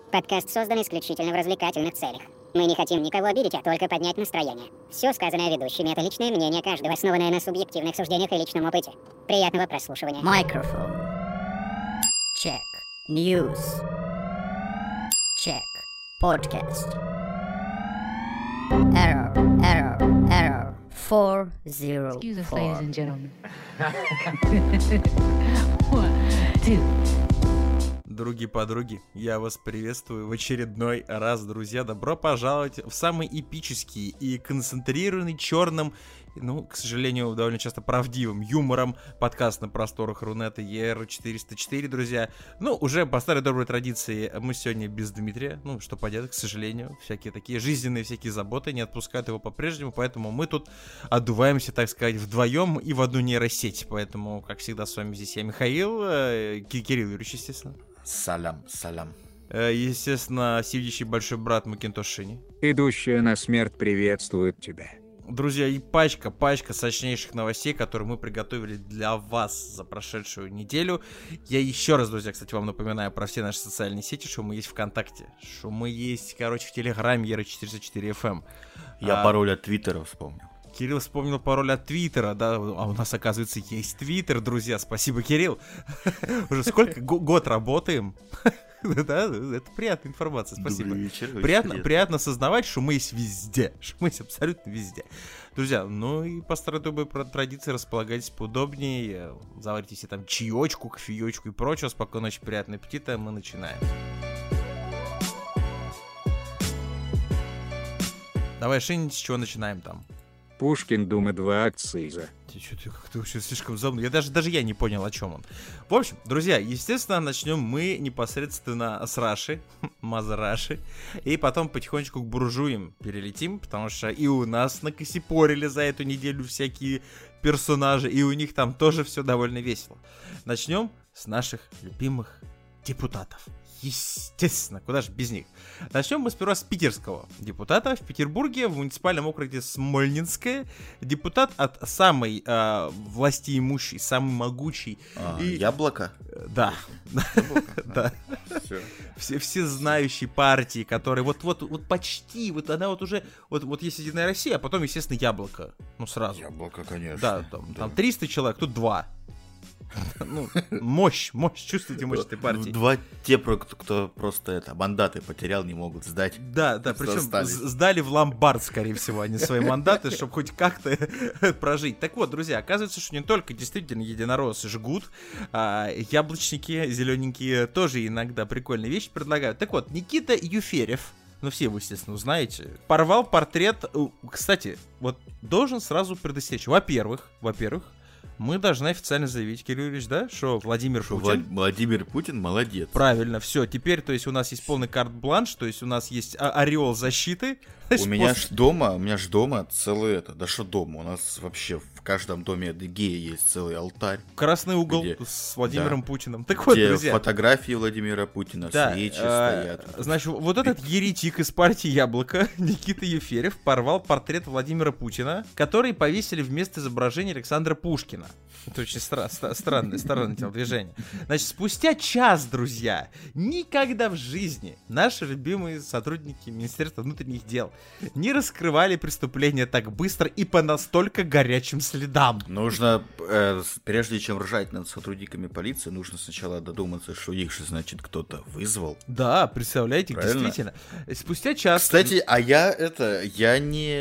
Подкаст создан исключительно в развлекательных целях. Мы не хотим никого обидеть, а только поднять настроение. Все сказанное ведущими — это личное мнение каждого, основанное на субъективных суждениях и личном опыте. Приятного прослушивания. Microphone. Check. News. Check. Podcast. Error. 404. Excuse us, ladies and gentlemen. 1, 2. Други-подруги, я вас приветствую в очередной раз, друзья. Добро пожаловать в самый эпический и концентрированный черным, к сожалению, довольно часто правдивым юмором подкаст на просторах Рунета ER404, друзья. Уже по старой доброй традиции мы сегодня без Дмитрия, что поделать, к сожалению. Всякие такие жизненные всякие заботы не отпускают его по-прежнему, поэтому мы тут отдуваемся, так сказать, вдвоем и в одну нейросеть. Поэтому, как всегда, с вами здесь я, Михаил, Кирилл Юрьевич, естественно. Салам. Естественно, сидящий большой брат Макинтош Шини. Идущая на смерть приветствует тебя. Друзья, и пачка сочнейших новостей, которые мы приготовили для вас за прошедшую неделю. Я еще раз, друзья, кстати, вам напоминаю про все наши социальные сети, что мы есть ВКонтакте, что мы есть, в Телеграме ER404FM. Я пароль от Твиттера вспомнил. Кирилл вспомнил пароль от Твиттера, да, а у нас, оказывается, есть Твиттер, друзья, спасибо, Кирилл. Уже сколько? Год работаем. Да, это приятная информация, спасибо. Приятно осознавать, что мы есть везде, что мы есть абсолютно везде. Друзья, и по старой доброй традиции располагайтесь поудобнее, заварите себе там чаечку, кофеечку и прочего. Спокойной ночи, приятного аппетита, мы начинаем. Давай, Шинь, с чего начинаем там? Пушкин, Дума 2, акциза. Ты как-то вообще слишком забыл. Даже я не понял, о чем он. В общем, друзья, естественно, начнем мы непосредственно с Раши, Мазраши, и потом потихонечку к буржуям перелетим, потому что и у нас накосипорили за эту неделю всякие персонажи, и у них там тоже все довольно весело. Начнем с наших любимых депутатов. Естественно, куда же без них. Начнем мы сперва с питерского депутата. В Петербурге, в муниципальном округе Смольнинское, депутат от самой властиимущей, самой могучей... Яблоко? Да. Да. Все знающие партии, которые вот почти, она уже... Вот есть Единая Россия, а потом, естественно, Яблоко. Сразу. Яблоко, конечно. Да, там 300 человек, тут 2. Мощь, чувствуете мощь этой партии. Два кто просто мандаты потерял, не могут сдать. Да, причем сдали в ломбард, скорее всего, они свои мандаты, чтобы хоть как-то прожить. Так вот, друзья, оказывается, что не только действительно единороссы жгут, а яблочники зелененькие тоже иногда прикольные вещи предлагают. Так вот, Никита Юферев, все его, естественно, узнаете, порвал портрет. Кстати, должен сразу предостеречь. Во-первых, мы должны официально заявить, Кирилл Юрьевич, да, что Владимир Путин молодец. Правильно, все, теперь, то есть у нас есть полный карт-бланш, то есть у нас есть ореол защиты. У меня ж дома целый да что дома, у нас вообще в каждом доме Адыгеи есть целый алтарь. Красный угол с Владимиром Путиным. Так вот, друзья. Фотографии Владимира Путина, свечи стоят. Значит, вот этот еретик из партии Яблоко, Никита Юферев, порвал портрет Владимира Путина, который повесили вместо изображения Александра Пушкина. Это очень странное телодвижение. Значит, спустя час, друзья, никогда в жизни наши любимые сотрудники Министерства внутренних дел не раскрывали преступления так быстро и по настолько горячим следам. Нужно, прежде чем ржать над сотрудниками полиции, нужно сначала додуматься, что их же, значит, кто-то вызвал. Да, представляете, правильно? Действительно. Спустя час... Кстати, я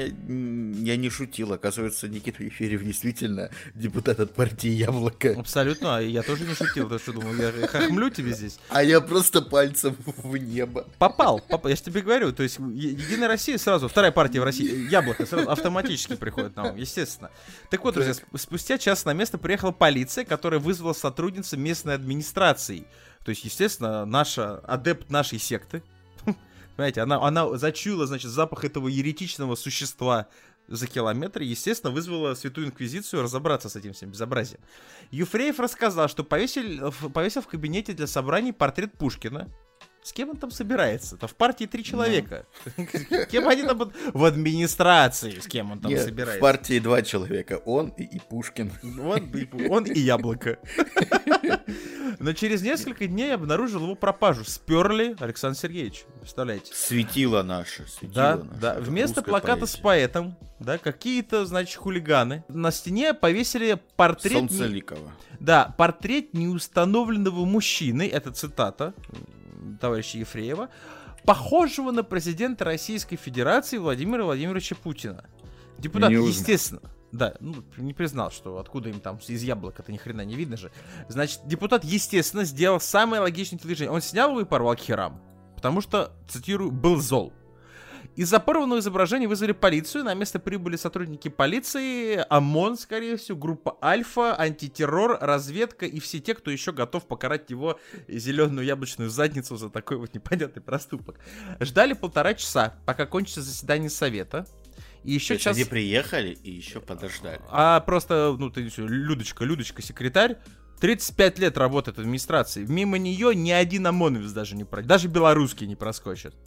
не шутил. Оказывается, Никита Ефирев действительно депутат от партии Яблоко. Абсолютно, я тоже не шутил. Ты что, думал, я хохмлю тебе здесь? А я просто пальцем в небо. Попал, я же тебе говорю. То есть Единая Россия сразу, вторая партия в России, Яблоко, сразу автоматически приходит на ум, естественно. Так вот, друзья, спустя час на место приехала полиция, которая вызвала сотрудницу местной администрации. То есть, естественно, адепт нашей секты. Понимаете, она зачуяла, значит, запах этого еретичного существа за километр, естественно, вызвала Святую Инквизицию разобраться с этим всем безобразием. Юфреев рассказал, что повесил в кабинете для собраний портрет Пушкина, С кем он там собирается? В партии 3 человека. Кем они там в администрации? С кем он там Нет, собирается? в партии 2 человека. Он и Пушкин. Он и Яблоко. Но через несколько дней обнаружил его пропажу. Сперли Александр Сергеевич. Представляете? Светило наше. Да. Вместо плаката с поэтом, да, какие-то, значит, хулиганы на стене повесили портрет... Солнцеликова. Да, портрет неустановленного мужчины, это цитата товарища Ефреева, похожего на президента Российской Федерации Владимира Владимировича Путина. Депутат, Не узнал. естественно, да, не признал, что откуда им там из яблока-то ни хрена не видно же. Значит, депутат, естественно, сделал самое логичное телодвижение. Он снял его и порвал к херам, потому что, цитирую, был зол. Из-за порванного изображения вызвали полицию. На место прибыли сотрудники полиции, ОМОН, скорее всего, группа Альфа, антитеррор, разведка и все те, кто еще готов покарать его зеленую яблочную задницу за такой вот непонятный проступок. Ждали 1,5 часа, пока кончится заседание совета. И еще час... Они приехали и еще подождали. А просто, Людочка, секретарь, 35 лет работает в администрации. Мимо нее ни один ОМОНовец даже не пройдет. Даже белорусский не проскочит.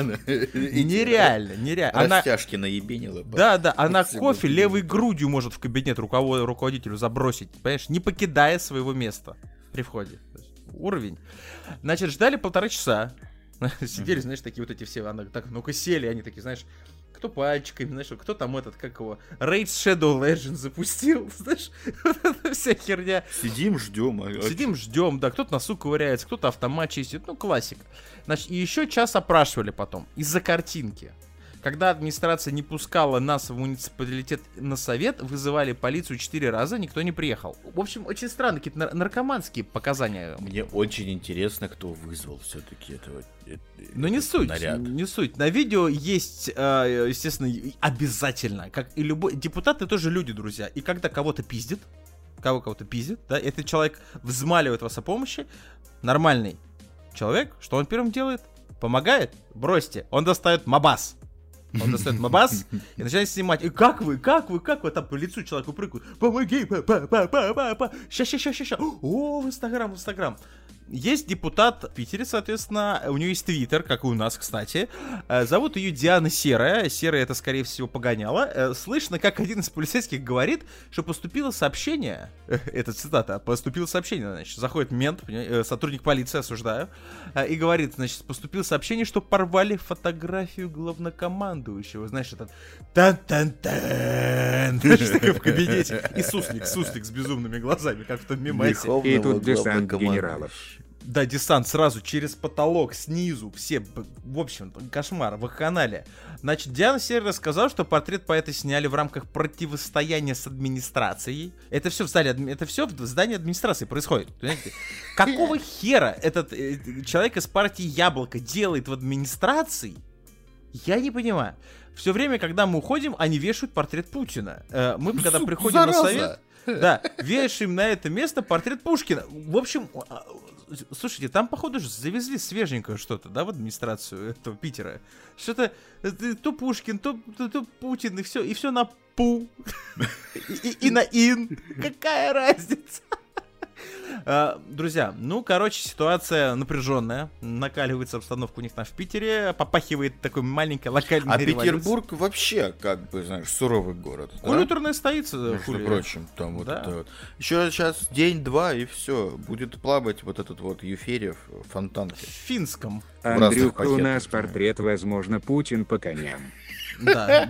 Нереально. Растяжки наебенила. Да, она кофе левой грудью может в кабинет руководителю забросить, понимаешь, не покидая своего места при входе. Уровень. Значит, ждали 1,5 часа. Сидели, знаешь, такие вот эти все, так, ну-ка сели, они такие, знаешь, кто пальчиками, знаешь, кто там как его, Raid Shadow Legends запустил, знаешь, вся херня. Сидим, ждем. Да, кто-то носу ковыряется, кто-то автомат чистит, классик. Значит, и еще час опрашивали потом, из-за картинки. Когда администрация не пускала нас в муниципалитет на совет, вызывали полицию 4 раза, никто не приехал. В общем, очень странно, какие-то наркоманские показания. Мне очень интересно, кто вызвал все-таки этого. Но не суть, не суть. На видео есть, естественно, обязательно, как и любой... Депутаты тоже люди, друзья. И когда кого-то пиздит, да, этот человек взмаливает вас о помощи, нормальный человек, что он первым делает? Помогает? Бросьте. Он достает мабас. Он достает мабас и начинает снимать. И как вы там по лицу человеку прыгают. Помоги, ща. О, в Инстаграм. Есть депутат в Питере, соответственно, у нее есть твиттер, как и у нас, кстати. Зовут ее Диана Серая. Серая это, скорее всего, погоняло. Слышно, как один из полицейских говорит, что поступило сообщение. Это цитата. Поступило сообщение, значит. Заходит мент, сотрудник полиции, осуждаю. И говорит, значит, поступило сообщение, что порвали фотографию главнокомандующего. Знаешь, этот тан-тан-тан. В кабинете. И суслик с безумными глазами, как в том мемасе. И тут десант генералов. Да, десант сразу через потолок, снизу, все, в общем, кошмар, вакханалия. Значит, Диана Серая рассказала, что портрет поэта сняли в рамках противостояния с администрацией. Это все в здании администрации происходит. Понимаете? Какого хера этот человек из партии Яблоко делает в администрации? Я не понимаю. Все время, когда мы уходим, они вешают портрет Путина. Мы, когда приходим на совет... Да, вешаем на это место портрет Пушкина. В общем, слушайте, там, походу, завезли свеженькое что-то, да, в администрацию этого Питера. Что-то то Пушкин, то Путин, и все на пу. И на ин. Какая разница? Друзья, ситуация напряженная. Накаливается обстановка у них там в Питере. Попахивает такой маленькой локальной революцией. Петербург вообще, знаешь, суровый город. Культурная столица. Между прочим, там вот это вот. Еще сейчас день-два, и все. Будет плавать вот этот вот Юферев в фонтанке. В финском. Андрюха, у нас портрет, возможно, Путин по коням. Да.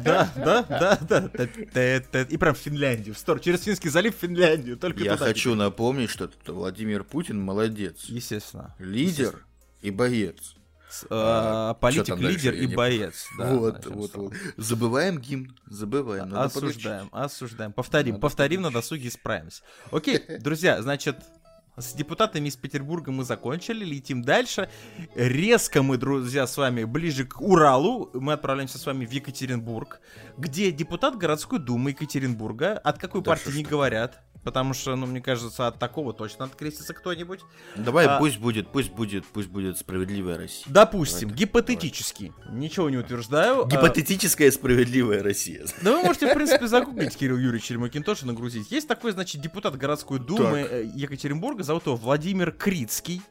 И прям в Финляндию. Через Финский залив в Финляндию. Только я хочу напомнить, что Владимир Путин молодец. Естественно. Лидер и боец. Политик, лидер и боец. Вот. Забываем гимн. Осуждаем. Повторим на досуге, справимся. Окей, друзья, значит... С депутатами из Петербурга мы закончили, летим дальше. Резко мы, друзья, с вами ближе к Уралу. Мы отправляемся с вами в Екатеринбург, где депутат городской думы Екатеринбурга, от какой партии не говорят, потому что, мне кажется, от такого точно открестится кто-нибудь. Давай, пусть будет справедливая Россия. Допустим, гипотетически. Ничего не утверждаю. Гипотетическая справедливая Россия. Да вы можете, в принципе, загуглить Кирилл Юрьевич или Макинтоша, нагрузить. Есть такой, значит, депутат городской думы Екатеринбурга, зовут его Владимир Крицкий.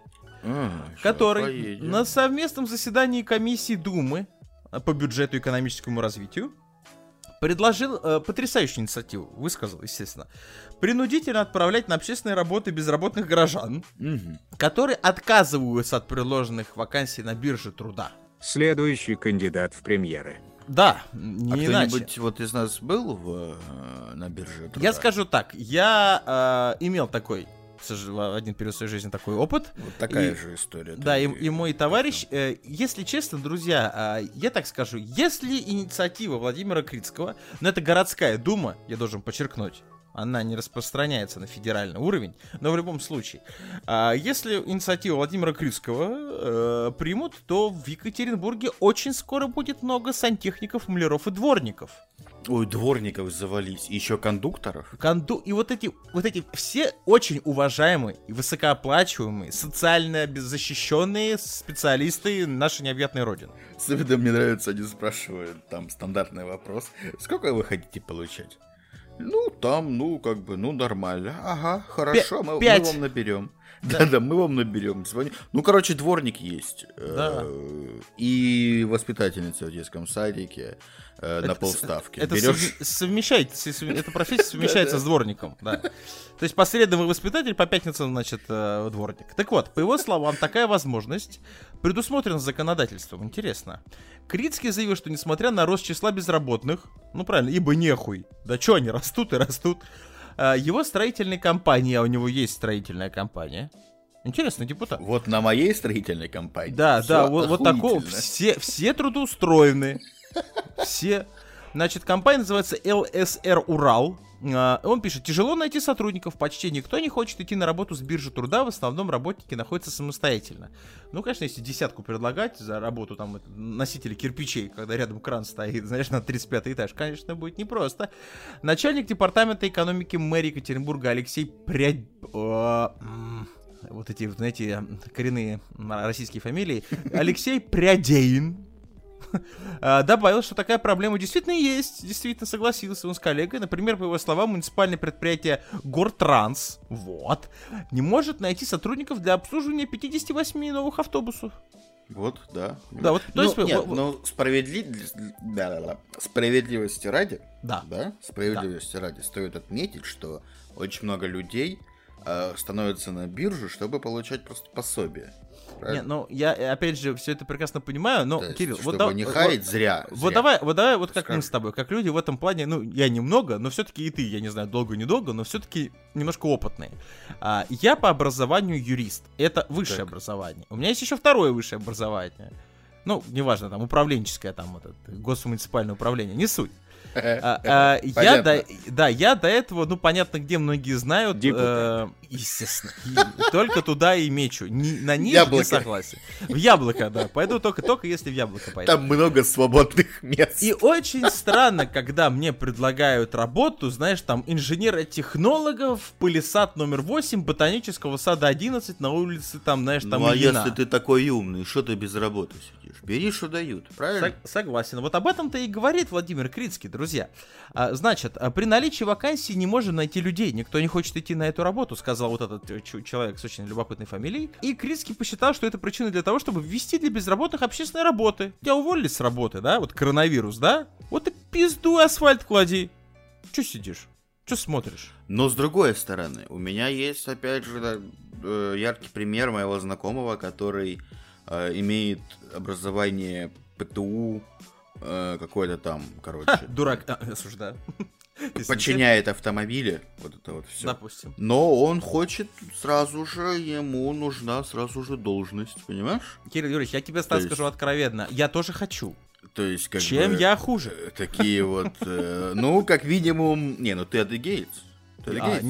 который на совместном заседании комиссии Думы по бюджету и экономическому развитию предложил потрясающую инициативу, высказал, естественно, принудительно отправлять на общественные работы безработных горожан, которые отказываются от предложенных вакансий на бирже труда. Следующий кандидат в премьеры. Да, не иначе. Кто-нибудь вот из нас был на бирже труда? Я скажу так, я имел такой, в один период своей жизни такой опыт. Вот такая же история. Да, и мой товарищ, если честно, друзья, я так скажу, если инициатива Владимира Крицкого, но это городская дума, я должен подчеркнуть, она не распространяется на федеральный уровень, но в любом случае, если инициативу Владимира Крицкого примут, то в Екатеринбурге очень скоро будет много сантехников, маляров и дворников. Ой, дворников завались, еще кондукторов. И вот эти все очень уважаемые и высокооплачиваемые, социально защищенные специалисты нашей необъятной родины. Особенно мне нравится, они спрашивают, там стандартный вопрос, сколько вы хотите получать? Ну, там, нормально. Ага, хорошо, мы вам наберем. Да, мы вам наберем. Ну, короче, дворник есть. Да. И воспитательница в детском садике на полставки. Это эта профессия совмещается с дворником, да. То есть посредственный воспитатель, по пятницам, значит, дворник. Так вот, по его словам, такая возможность предусмотрена законодательством. Интересно. Крицкий заявил, что несмотря на рост числа безработных, ну правильно, ибо нехуй, да чё они растут и растут, его строительной компании, а у него есть строительная компания. Интересный депутат. Вот на моей строительной компании. Да, вот такого. Все трудоустроены. Все. Значит, компания называется ЛСР Урал. Он пишет: тяжело найти сотрудников, почти никто не хочет идти на работу с биржи труда, в основном работники находятся самостоятельно. Ну, конечно, если десятку предлагать за работу там носители кирпичей, когда рядом кран стоит, знаешь, на 35-й этаж, конечно, будет непросто. Начальник департамента экономики мэрии Екатеринбурга Алексей вот эти, знаете, коренные российские фамилии. Алексей Прядеин добавил, что такая проблема действительно есть. Действительно согласился он с коллегой. Например, по его словам, муниципальное предприятие Гортранс не может найти сотрудников для обслуживания 58 новых автобусов. Вот, да. Да, вот, то есть, справедливости ради, справедливости ради стоит отметить, что очень много людей становятся на биржу, чтобы получать просто пособие. Не, ну я опять же все это прекрасно понимаю, но есть, Кирилл, чтобы не харить зря. Вот давай, вот как мы с тобой, как люди в этом плане, ну я немного, но все-таки и ты, я не знаю, долго-недолго, но все-таки немножко опытные. Я по образованию юрист, это высшее образование. У меня есть еще второе высшее образование. Ну, неважно, там управленческое, там госмуниципальное управление, не суть. Я до этого, ну, понятно, где многие знают, естественно, только туда и мечу. На них не согласен. В яблоко, да, пойду только если в яблоко пойду. Там много свободных мест. И очень странно, когда мне предлагают работу, знаешь, там, инженера-технолога в пылесад номер 8 ботанического сада 11 на улице, там, знаешь, там, ну, а если ты такой умный, что ты без работы сидишь? Бери, что дают, правильно? Согласен. Вот об этом-то и говорит Владимир Крицкий, друзья. Значит, при наличии вакансий не можем найти людей. Никто не хочет идти на эту работу, сказал вот этот человек с очень любопытной фамилией. И Крицкий посчитал, что это причина для того, чтобы ввести для безработных общественные работы. Тебя уволили с работы, да? Вот коронавирус, да? Вот и пизду асфальт клади. Че сидишь? Че смотришь? Но с другой стороны, у меня есть, опять же, яркий пример моего знакомого, который имеет образование ПТУ, какой-то там, короче. Дурак, осуждаю. Подчиняет автомобили, вот это вот все. Допустим. Но он хочет сразу же, ему нужна сразу же должность, понимаешь? Кирилл Юрьевич, я тебе скажу откровенно, я тоже хочу. То есть, как чем бы, я хуже? Такие вот, ну, как минимум, не, ну ты адыгеец.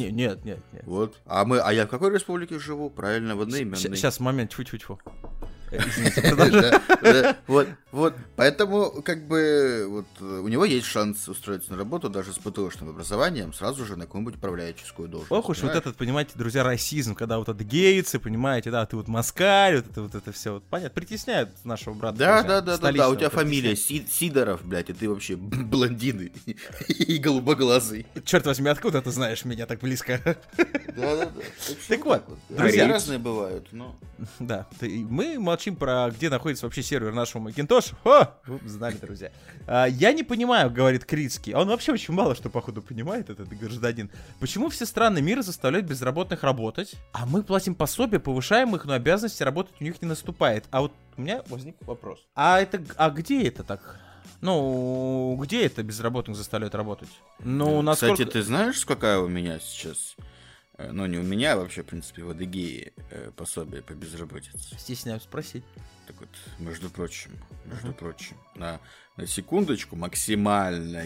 Нет. Вот. А я в какой республике живу? Правильно, в одноименной. Сейчас, момент, тьфу-тьфу-тьфу. Извините, продолжай. Вот, поэтому, как бы, вот, у него есть шанс устроиться на работу даже с ПТОшным образованием сразу же на какую-нибудь управляющую должность. Ох уж вот этот, понимаете, друзья, расизм, когда вот это гейцы, понимаете, да, ты вот москаль, вот это все, вот, понятно, притесняют нашего брата. Да, у тебя фамилия Сидоров, блядь, и ты вообще блондин и голубоглазый. Черт возьми, откуда ты знаешь меня так близко? Да. Так вот, друзья, разные бывают, но... Да, мы молчим про где находится вообще сервер нашего Macintosh. О, вы знали, друзья. Я не понимаю, говорит Крицкий. Он вообще очень мало что, походу, понимает, этот гражданин. Почему все страны мира заставляют безработных работать, а мы платим пособие, повышаем их, но обязанности работать у них не наступает? А вот у меня возник вопрос. А где это так? Ну, где это безработных заставляют работать? Ну, насколько... Кстати, ты знаешь, какая у меня сейчас... Ну, не у меня, а вообще, в принципе, в Адыгее пособие по безработице. Стесняюсь спросить. Так вот, между прочим, на секундочку, максимальное.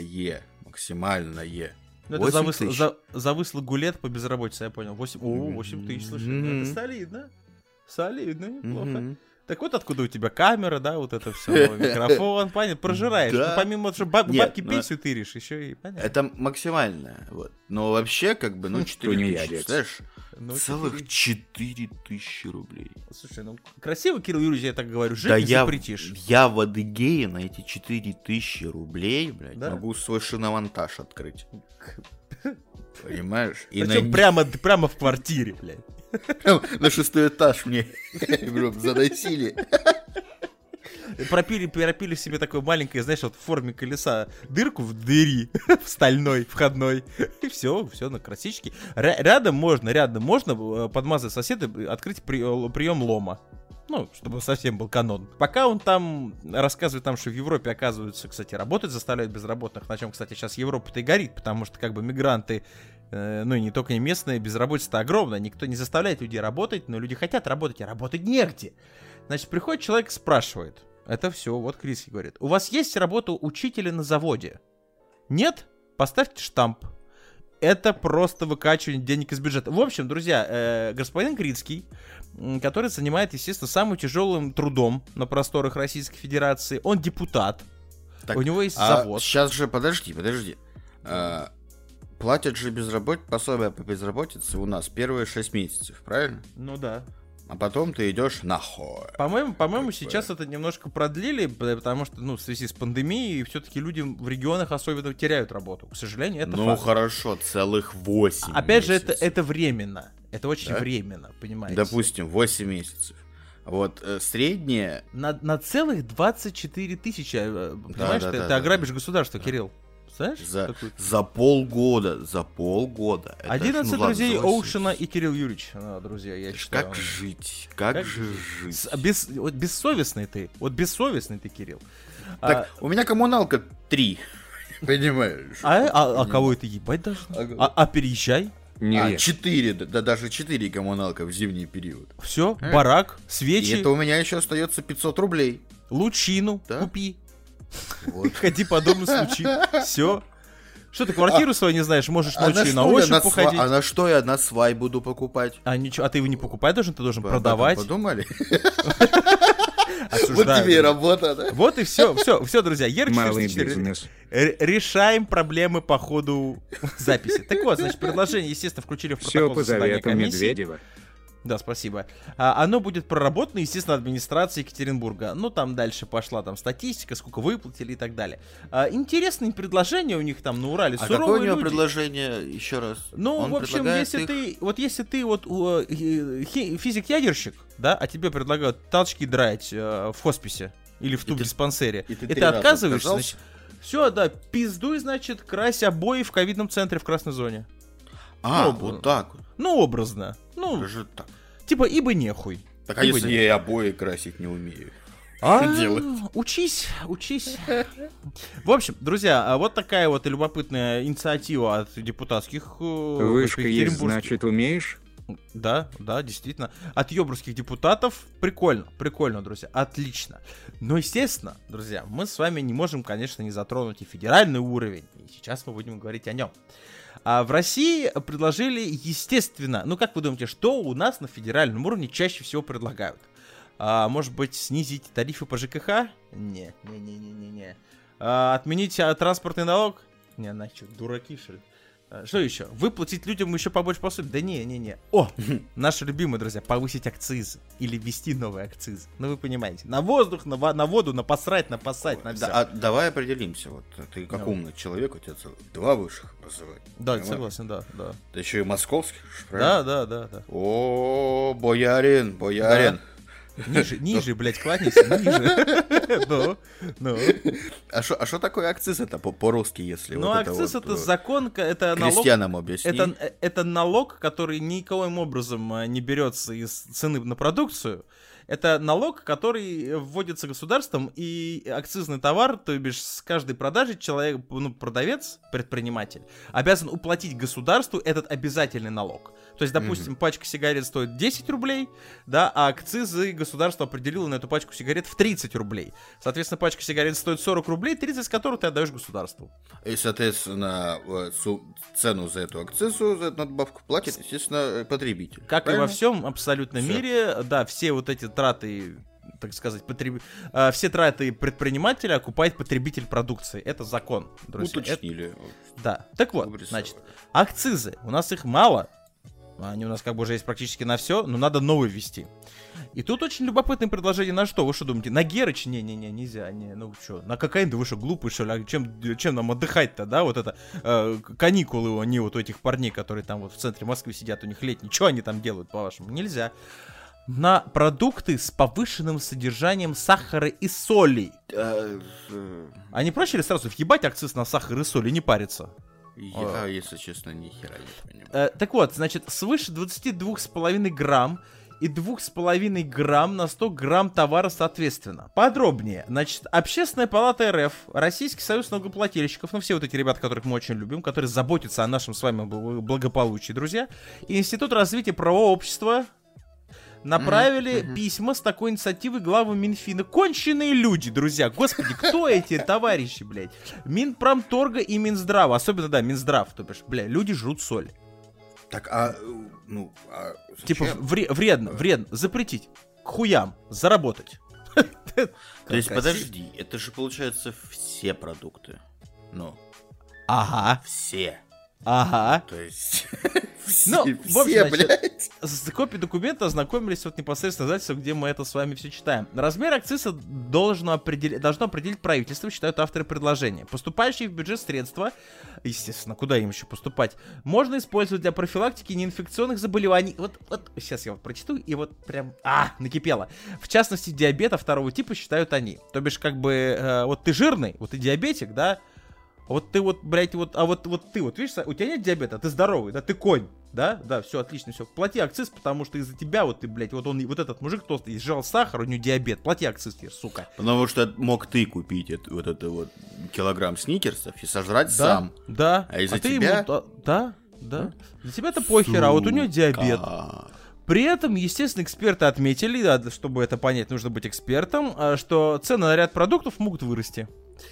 Ну, это за выслугу лет по безработице, я понял. 8 тысяч, слушай, это солидно. Солидно, неплохо. Так вот откуда у тебя камера, да, вот это все, микрофон, понятно, прожираешь. Да. Ну, помимо того, что бабки пенсию тыришь, еще и понятно. Это максимальное, вот. Но вообще, как бы, 4 тысячи, знаешь, целых 4 тысячи рублей. Слушай, красиво, Кирилл Юрьевич, я так говорю, жить не запретишь. Я в Адыгее на эти 4 тысячи рублей, блядь, могу свой шиномонтаж открыть. Понимаешь? Причем прямо в квартире, блядь. На 6-й этаж мне заносили. Пропили себе такое маленькое, знаешь, вот в форме колеса дырку в двери, в стальной, входной. И все на красичке. Рядом можно подмазать соседа, открыть прием лома. Ну, чтобы совсем был канон. Пока он там рассказывает, что в Европе, оказывается, кстати, работать заставляют безработных, на чем, кстати, сейчас Европа-то и горит, потому что, как бы, мигранты, ну и не только не местные, безработица-то огромная, никто не заставляет людей работать, но люди хотят работать, а работать негде. Значит, приходит человек и спрашивает, это все, вот Крицкий говорит, у вас есть работа учителя на заводе? Нет? Поставьте штамп. Это просто выкачивание денег из бюджета. В общем, друзья, господин Крицкий, который занимает, естественно, самым тяжелым трудом на просторах Российской Федерации, он депутат. Так, у него есть завод. Сейчас же, подожди. Платят же пособие по безработице у нас первые 6 месяцев, правильно? Ну да. А потом ты идешь нахуй. По-моему, сейчас это немножко продлили, потому что, в связи с пандемией, все-таки люди в регионах особенно теряют работу. К сожалению, это факт. Хорошо, целых 8 Опять месяцев. же, это временно. Это очень временно, понимаете? Допустим, 8 месяцев. Вот среднее... На целых 24 тысячи, понимаешь, ты ограбишь государство, Кирилл. Знаешь? За полгода. 11 друзей Оушена и Кирилл Юрьевич, друзья, я считаю. Как же жить? Бессовестный ты, Кирилл. Так, у меня коммуналка 3, понимаешь? А кого это ебать должно? А переезжай. 4, да даже 4 коммуналка в зимний период. Все, барак, свечи. И это у меня еще остается 500 рублей. Лучину купи. Вот. Ходи по дому с лучи. Все. Что ты квартиру свою не знаешь? Можешь ночью на ощупь походить. А на что я на свай буду покупать? А ты его не покупать должен, ты должен продавать. Подумали? Осуждаю. Вот тебе и работа, да? Вот и все, друзья. Решаем проблемы по ходу записи. Так вот, значит, предложение, естественно, включили в протокол заседания комиссии. Медведева. Да, спасибо. Оно будет проработано, естественно, администрацией Екатеринбурга. Ну, там дальше пошла статистика, сколько выплатили и так далее. Интересные предложения у них там на Урале. А какое у него предложение, еще раз? Ну, в общем, если ты физик-ядерщик, да, а тебе предлагают толчки драть в хосписе или в тубдиспансере, и ты отказываешься, значит, все, да, пиздуй, значит, крась обои в ковидном центре в красной зоне. Вот так вот. Ну, образно. Ну, так. Типа, ибо нехуй. Так, а если я и обои красить не умею? Что делать? Учись. В общем, друзья, вот такая вот любопытная инициатива от депутатских... Вышка есть, значит, умеешь? Да, действительно. От ёбрских депутатов прикольно, друзья, отлично. Но, естественно, друзья, мы с вами не можем, конечно, не затронуть и федеральный уровень. И сейчас мы будем говорить о нем. А в России предложили, естественно, как вы думаете, что у нас на федеральном уровне чаще всего предлагают? Может быть, снизить тарифы по ЖКХ? Не. Отменить транспортный налог? Не, нахер, дураки, что ли? Что еще? Выплатить людям еще побольше пособий? Да не. О, наши любимые, друзья, повысить акцизы. Или ввести новые акцизы. Ну, вы понимаете. На воздух, на воду, на посрать, на все. Давай определимся. Вот ты как умный человек, у тебя 2 высших образования. Да, согласен, да. Ты еще и московский, правильно? Да. О, боярин. Да. Ниже, блядь, кланяйся, ниже. Ну. А что такое акциз это по-русски, если ну, вот акциз это закон, это налог. Крестьянам объясни. Это налог, который никоим образом не берется из цены на продукцию. Это налог, который вводится государством, и акцизный товар, то бишь с каждой продажи человек, продавец, предприниматель, обязан уплатить государству этот обязательный налог. То есть, допустим, пачка сигарет стоит 10 рублей, да, а акцизы государство определило на эту пачку сигарет в 30 рублей. Соответственно, пачка сигарет стоит 40 рублей, 30 из которых ты отдаешь государству. И, соответственно, цену за эту акцизу, за эту надбавку платит, естественно, потребитель. Как правильно? И во всем абсолютно мире, да, все вот эти траты, так сказать, все траты предпринимателя окупает потребитель продукции. Это закон, друзья. Уточнили. Да. Так вот, значит, акцизы. У нас их мало. Они у нас как бы уже есть практически на все, но надо новые ввести. И тут очень любопытное предложение на что? Вы что думаете? На Герыч? Не, нельзя. Ну что, на кокаин? Да вы что, глупые, что ли? А чем нам отдыхать-то, да? Вот это каникулы они вот у этих парней, которые там вот в центре Москвы сидят, у них летние. Что они там делают, по-вашему? Нельзя. На продукты с повышенным содержанием сахара и соли. А не проще ли сразу въебать акциз на сахар и соль и не париться? Я, если честно, ни хера не понимаю. Так вот, значит, свыше 22,5 грамм и 2,5 грамм на 100 грамм товара соответственно. Подробнее. Значит, Общественная палата РФ, Российский союз налогоплательщиков, все вот эти ребята, которых мы очень любим, которые заботятся о нашем с вами благополучии, друзья, и Институт развития правового общества направили письма с такой инициативой главам Минфина. Конченые люди, друзья. Господи, кто эти товарищи, блядь? Минпромторга и Минздрава. Особенно, да, Минздрав. То бишь, блядь, люди жрут соль. Так, зачем? Типа, вредно. Запретить. К хуям. Заработать. То есть, подожди, это же получается все продукты. Ага. Все. Ага. То есть... все, блядь. С копией документа ознакомились вот непосредственно издательство, где мы это с вами все читаем. Размер акциза должно определить правительство, считают авторы предложения. Поступающие в бюджет средства, естественно, куда им еще поступать, можно использовать для профилактики неинфекционных заболеваний. Вот сейчас я вот прочту, и вот прям, накипело. В частности, диабета 2 типа считают они. То бишь, как бы, вот ты жирный, вот ты диабетик, да, вот ты вот, блядь, вот ты вот, видишь, у тебя нет диабета, ты здоровый, да, ты конь, да, все, отлично, все, плати акциз, потому что из-за тебя вот ты, блядь, вот этот мужик толстый, сжал сахар, у него диабет, плати акциз, сука. Потому что мог ты купить вот килограмм сникерсов и сожрать сам. Да, а из-за тебя... Да, для тебя-то похер, а вот у него диабет. При этом, естественно, эксперты отметили, да, чтобы это понять, нужно быть экспертом, что цены на ряд продуктов могут вырасти.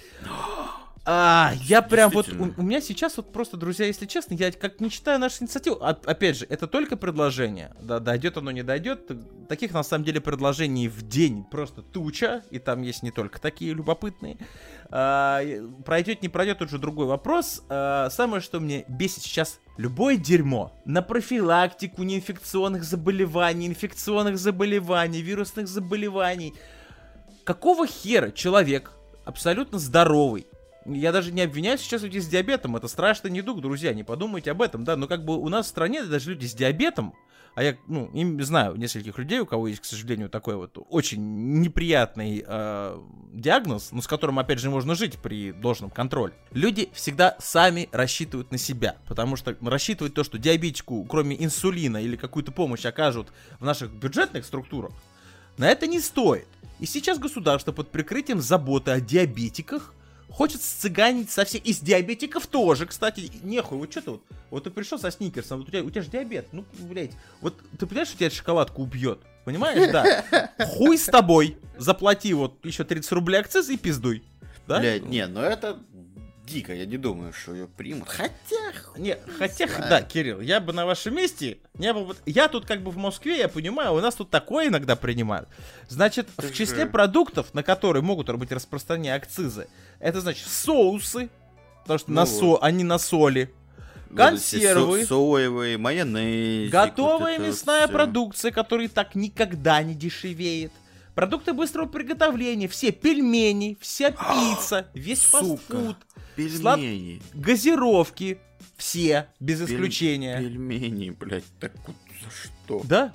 Я прям вот, у меня сейчас вот просто, друзья, если честно, я как не читаю нашу инициативу, опять же, это только предложение, да, дойдет оно, не дойдет, таких на самом деле предложений в день просто туча, и там есть не только такие любопытные, пройдет, не пройдет, тут же другой вопрос. Самое, что мне бесит сейчас, любое дерьмо на профилактику неинфекционных заболеваний, вирусных заболеваний, какого хера человек абсолютно здоровый, я даже не обвиняю сейчас людей с диабетом, это страшный недуг, друзья, не подумайте об этом, да, но как бы у нас в стране даже люди с диабетом, а я, им знаю нескольких людей, у кого есть, к сожалению, такой вот очень неприятный диагноз, но с которым, опять же, можно жить при должном контроле. Люди всегда сами рассчитывают на себя, потому что рассчитывать то, что диабетику, кроме инсулина или какую-то помощь окажут в наших бюджетных структурах, на это не стоит. И сейчас государство под прикрытием заботы о диабетиках хочет сцыганить со всех. Из диабетиков тоже, кстати. Нехуй, вот что-то вот ты пришел со сникерсом, вот у тебя же диабет. Ну, блядь, вот ты понимаешь, что тебя шоколадку убьет? Понимаешь, да? Хуй с тобой. Заплати вот еще 30 рублей акциз и пиздуй. Да? Блядь, не, ну это дико, я не думаю, что ее примут. Хотя, да, Кирилл, я бы на вашем месте не был бы... Я тут как бы в Москве, я понимаю, у нас тут такое иногда принимают. Значит, в числе продуктов, на которые могут быть распространены акцизы, это значит соусы, потому что они на соли, консервы, соевые, майонез, готовая мясная продукция, которая так никогда не дешевеет. Продукты быстрого приготовления, все пельмени, вся пицца, весь фастфуд, пельмени, газировки, все, без исключения. Пельмени, блядь, так вот за что? Да.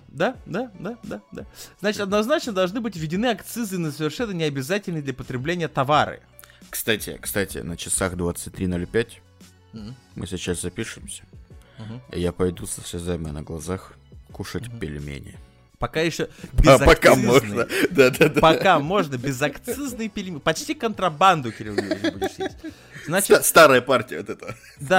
Значит, однозначно должны быть введены акцизы на совершенно необязательные для потребления товары. Кстати, на часах 23:05 мы сейчас запишемся, и я пойду со слезами на глазах кушать пельмени. Пока еще безакцизные. Пока можно. Да. Пока можно безакцизные пельмени. Почти контрабанду, Кирилл Юрьевич, будешь есть. Значит, старая партия вот эта.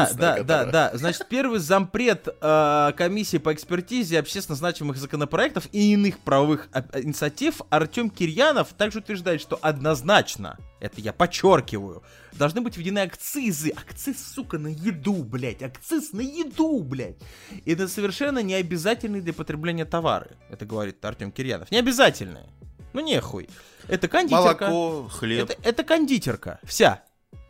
Да. Значит, первый зампред комиссии по экспертизе общественно значимых законопроектов и иных правовых инициатив Артем Кирьянов также утверждает, что однозначно, это я подчеркиваю, должны быть введены акцизы. Акциз, сука, на еду, блядь. Акциз на еду, блядь. И это совершенно необязательные для потребления товары. Это говорит Артем Кирьянов. Необязательные. Ну нехуй. Это кондитерка. Молоко, хлеб. Это кондитерка. Вся.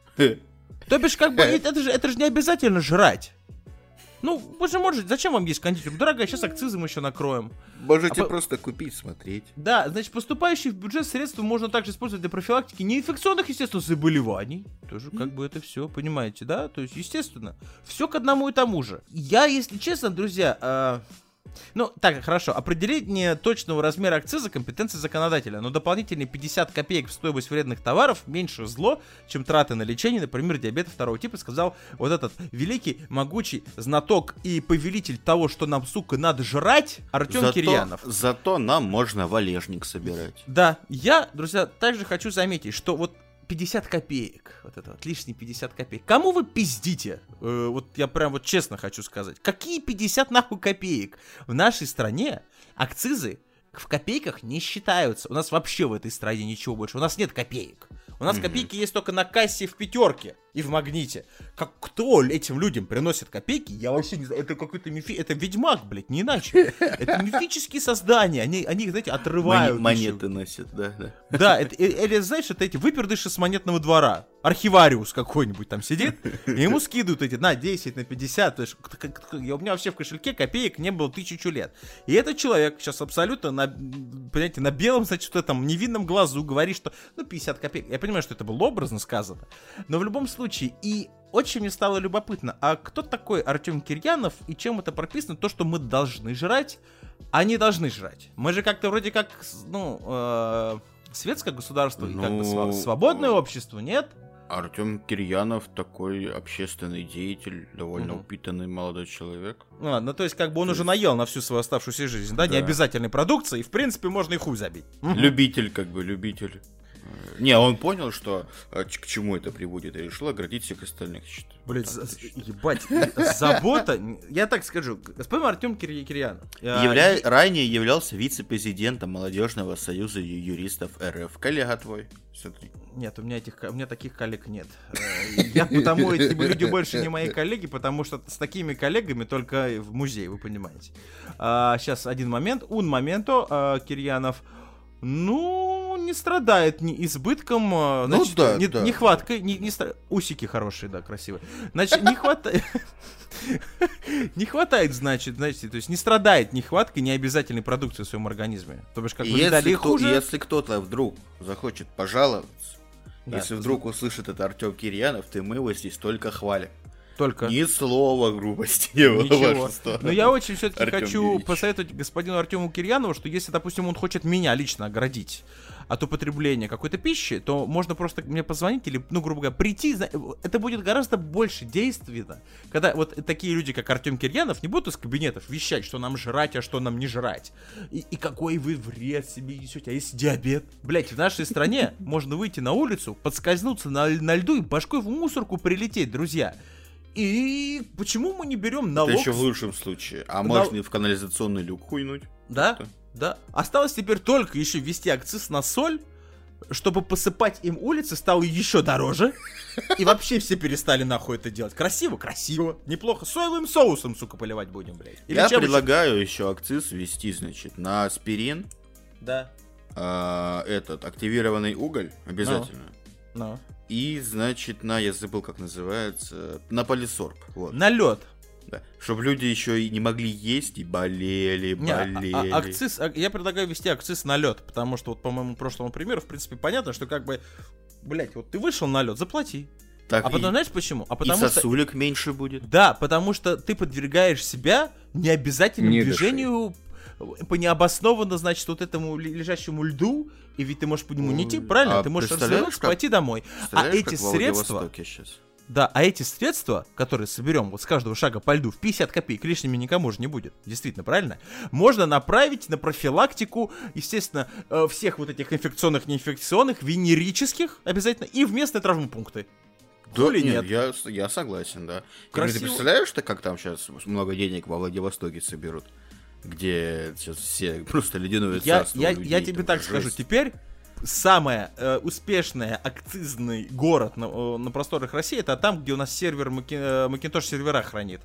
То бишь, как бы, это же не обязательно жрать. Ну, вы же можете, зачем вам есть кондитерка? Дорогая, сейчас акцизы мы еще накроем. Можете просто купить, смотреть. Да, значит, поступающие в бюджет средства можно также использовать для профилактики неинфекционных, естественно, заболеваний. Тоже как бы это все, понимаете, да? То есть, естественно, все к одному и тому же. Я, если честно, друзья... Ну, так, хорошо, определение точного размера акциза компетенции законодателя, но дополнительные 50 копеек в стоимость вредных товаров меньше зло, чем траты на лечение, например, диабета второго типа, сказал вот этот великий, могучий знаток и повелитель того, что нам, сука, надо жрать, Артем Кирьянов. Зато нам можно валежник собирать. Да, я, друзья, также хочу заметить, что вот 50 копеек, вот это вот, лишние 50 копеек. Кому вы пиздите? Вот я прям вот честно хочу сказать. Какие 50 нахуй копеек? В нашей стране акцизы в копейках не считаются. У нас вообще в этой стране ничего больше. У нас нет копеек. У нас копейки есть только на кассе в Пятерке и в Магните. Кто этим людям приносит копейки, я вообще не знаю. Это какой-то это ведьмак, блядь, не иначе. Это мифические создания. Они знаете, отрывают. Монеты носят, да. Да, или, знаешь, это эти выпердыши с монетного двора. Архивариус какой-нибудь там сидит, и ему скидывают эти на 10, на 50. То есть, у меня вообще в кошельке копеек не было 1000 лет. И этот человек сейчас абсолютно, понимаете, на белом, значит, что там, невинном глазу говорит, что, 50 копеек. Я понимаю, что это было образно сказано, но в любом случае, и очень мне стало любопытно, а кто такой Артем Кирьянов и чем это прописано, то, что мы должны жрать, а не должны жрать. Мы же как-то вроде как, светское государство и как бы свободное общество, нет? Артем Кирьянов такой общественный деятель, довольно упитанный молодой человек. Ну, то есть, как бы он уже наел на всю свою оставшуюся жизнь, да, необязательной продукции, и, в принципе, можно и хуй забить. Любитель. Не, он понял, что к чему это приводит, и решил оградить всех остальных. Блять, ебать, забота, я так скажу, господин Артем Кирьянов. Ранее являлся вице-президентом Молодежного союза юристов РФ. Коллега твой, смотри. Нет, у меня таких коллег нет. Потому эти люди больше не мои коллеги, потому что с такими коллегами только в музее, вы понимаете. Сейчас один момент. Кирьянов, не страдает ни избытком, значит, нехваткой, усики хорошие, да, красивые. Значит, не хватает, значит, то есть не страдает нехваткой необязательной продукции в своем организме. То бишь, как бы если кто-то вдруг захочет пожаловаться, если вдруг услышит это Артем Кирьянов, то мы его здесь только хвалим. Только. Ни слова грубости не было. Ничего. Но я очень все-таки хочу посоветовать господину Артему Кирьянову, что если, допустим, он хочет меня лично оградить от употребления какой-то пищи, то можно просто мне позвонить или, грубо говоря, прийти. Это будет гораздо больше действенно, когда вот такие люди, как Артем Кирьянов, не будут из кабинетов вещать, что нам жрать, а что нам не жрать. И какой вы вред себе несете. А если диабет? Блять, в нашей стране можно выйти на улицу, подскользнуться на льду и башкой в мусорку прилететь, друзья. И почему мы не берем налог? Это еще в лучшем случае. А можно и в канализационный люк хуйнуть. Да. Осталось теперь только еще ввести акциз на соль, чтобы посыпать им улицы, стало еще дороже. И вообще все перестали нахуй это делать. Красиво, красиво, неплохо. Соевым соусом, сука, поливать будем, блядь. Или я предлагаю еще акциз ввести, значит, на аспирин. Да. Этот активированный уголь обязательно. No. И, значит, я забыл, как называется, на полисорб. Вот. На лед. Да. Чтобы люди еще и не могли есть и болели. Акциз, я предлагаю ввести акциз на лед, потому что вот по моему прошлому примеру, в принципе, понятно, что как бы, блять, вот ты вышел на лед, заплати. Так потом, знаешь почему? Потому сосулек меньше будет. Да, потому что ты подвергаешь себя необязательному движению по необоснованно, значит, вот этому лежащему льду, и ведь ты можешь по нему не идти, правильно? Ты можешь развернуться, пойти домой. А эти средства... Да, а эти средства, которые соберем вот с каждого шага по льду в 50 копеек, лишними никому же не будет, действительно, правильно? Можно направить на профилактику, естественно, всех вот этих инфекционных, неинфекционных, венерических обязательно, и в местные травмпункты. Да, или нет? Я согласен, да. Ты представляешь, как там сейчас много денег во Владивостоке соберут? Где сейчас все просто ледяное царство людей. Я тебе так скажу, теперь самый успешный акцизный город на просторах России, это там, где у нас сервер Macintosh сервера хранит.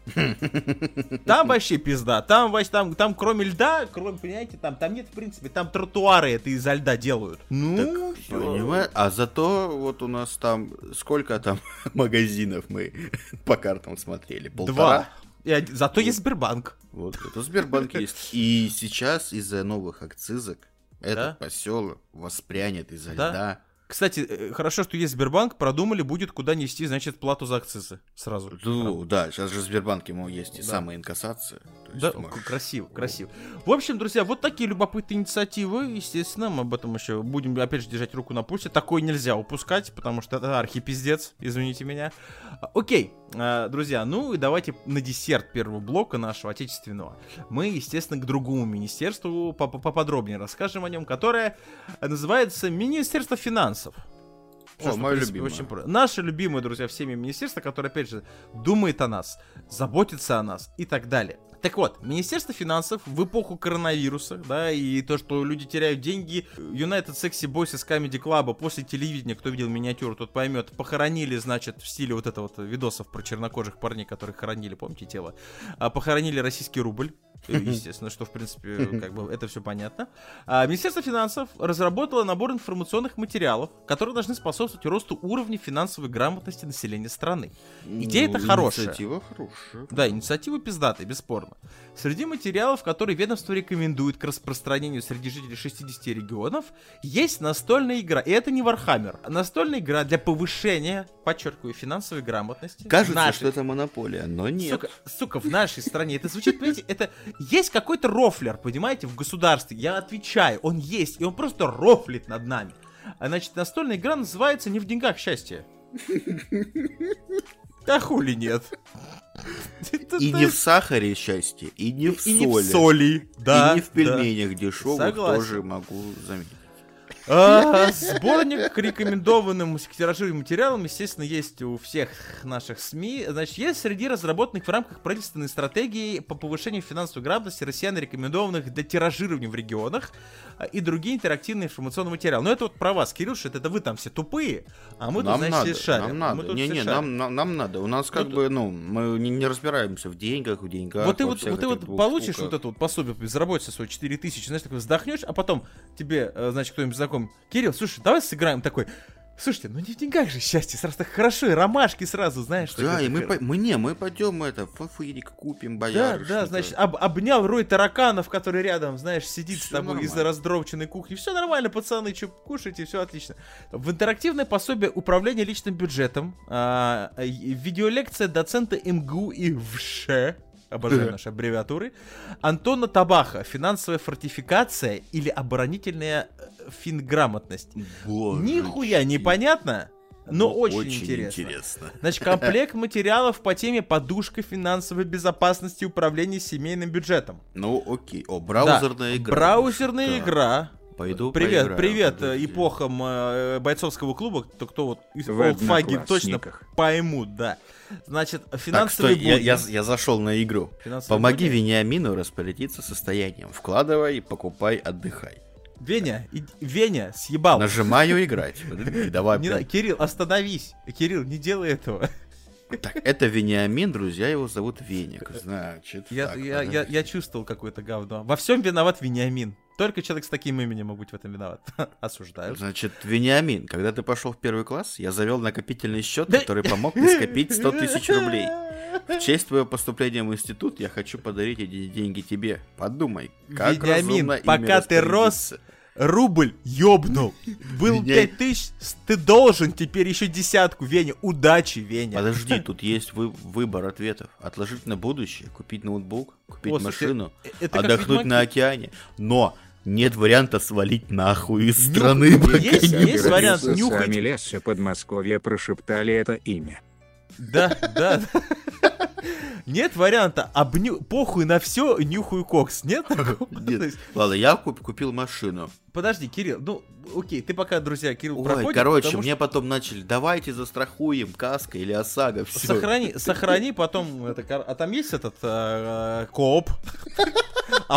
Там вообще пизда. Там кроме льда, понимаете, там нет, в принципе, там тротуары это из-за льда делают. Ну, понимаешь, а зато вот у нас там, сколько там магазинов мы по картам смотрели? 1,5? 2. Зато есть Сбербанк. Вот, это Сбербанк есть. И сейчас из-за новых акцизок этот поселок воспрянет из-за льда. Кстати, хорошо, что есть Сбербанк, продумали, будет куда нести, значит, плату за акцизы сразу. Ну, да, сейчас же в Сбербанке есть и самоинкассация. Да, красиво. В общем, друзья, вот такие любопытные инициативы, естественно, мы об этом еще будем, опять же, держать руку на пульсе. Такое нельзя упускать, потому что это архипиздец, извините меня. Окей, друзья, ну и давайте на десерт первого блока нашего отечественного мы, естественно, к другому министерству поподробнее расскажем о нем, которое называется Министерство финансов. Мое любимое. Наше любимое, друзья, всеми министерство, которое, опять же, думает о нас, заботится о нас и так далее. Так вот, Министерство финансов в эпоху коронавируса, да, и то, что люди теряют деньги, United Sexy Boys из Comedy Club после телевидения, кто видел миниатюру, тот поймет, похоронили, значит, в стиле вот этого вот видосов про чернокожих парней, которых хоронили, помните, тело, похоронили российский рубль. Естественно, что, в принципе, как бы это все понятно. Министерство финансов разработало набор информационных материалов, которые должны способствовать росту уровня финансовой грамотности населения страны. Идея это хорошая. Инициатива хорошая. Да, инициатива пиздатая, бесспорно. Среди материалов, которые ведомство рекомендует к распространению среди жителей 60 регионов, есть настольная игра. И это не Warhammer. Настольная игра для повышения, подчеркиваю, финансовой грамотности. Кажется, что это монополия, но нет. Сука, в нашей стране. Это звучит, понимаете, это... Есть какой-то рофлер, понимаете, в государстве. Я отвечаю, он есть, и он просто рофлит над нами. Значит, настольная игра называется «Не в деньгах счастье». А хули нет? И не в сахаре счастье, и не в соли. И не в соли, да. И не в пельменях дешевых, тоже могу заметить. Сборник к рекомендованным тиражированным материалам, естественно, есть у всех наших СМИ. Значит, есть среди разработанных в рамках правительственной стратегии по повышению финансовой грамотности россиян, рекомендованных для тиражирования в регионах, и другие интерактивные информационные материалы. Но это вот про вас, Кирилл, что это вы там все тупые, а мы тут, значит, шарим. Нам надо. Нам надо. У нас как бы, мы не разбираемся в деньгах. Вот ты вот получишь вот это вот пособие по безработице свое 4000, знаешь, такой вздохнешь, а потом тебе, значит, кто-нибудь знакомый: Кирилл, слушай, давай сыграем такой. Слушайте, ну не в деньгах же счастье, сразу так хорошо, и ромашки сразу, знаешь. Да, и мы пойдем фуфырик купим, боярышника. Да, значит, обнял рой тараканов, который рядом, знаешь, сидит с тобой из-за раздробченной кухни. Все нормально, пацаны, что кушаете, все отлично. В интерактивное пособие управления личным бюджетом, видеолекция доцента МГУ и ВШ, обожаю наши аббревиатуры, Антона Табаха «Финансовая фортификация или оборонительная финграмотность». Нихуя непонятно, но очень интересно. Значит, комплект материалов по теме «Подушка финансовой безопасности и управления семейным бюджетом». Ну, окей. Браузерная игра. Браузерная игра. Привет эпохам бойцовского клуба, кто вот олдфаги точно поймут, да. Значит, финансовый я зашел на игру. Помоги Вениамину распорядиться состоянием. Вкладывай, покупай, отдыхай. Веня, съебал. Нажимаю играть. Давай, Кирилл, остановись. Кирилл, не делай этого. Так, это Вениамин, друзья, его зовут Веник, значит. Я чувствовал какое-то говно. Во всем виноват Вениамин. Только человек с таким именем может быть в этом виноват. Осуждаю. Значит, Вениамин, когда ты пошел в 1 класс, я завел накопительный счет, который помог мне скопить 100 тысяч рублей. В честь твоего поступления в институт я хочу подарить эти деньги тебе. Подумай, как Вениамин, пока ты рос, рубль ёбнул. Был 5000, ты должен теперь еще 10. Веня, удачи, Веня. Подожди, тут есть выбор ответов. Отложить на будущее, купить ноутбук, купить машину, отдохнуть на океане. Но нет варианта свалить нахуй из страны. Есть вариант нюхать. Сами лессы Подмосковья прошептали это имя. Да. Нет варианта, похуй на все, нюхаю кокс. Нет такого? Нет. Ладно, я купил машину. Подожди, Кирилл, ну окей, ты пока, друзья, Кирилл проходит. Короче, мне потом начали, давайте застрахуем, каска или ОСАГО, все. Сохрани потом, а там есть этот кооп? А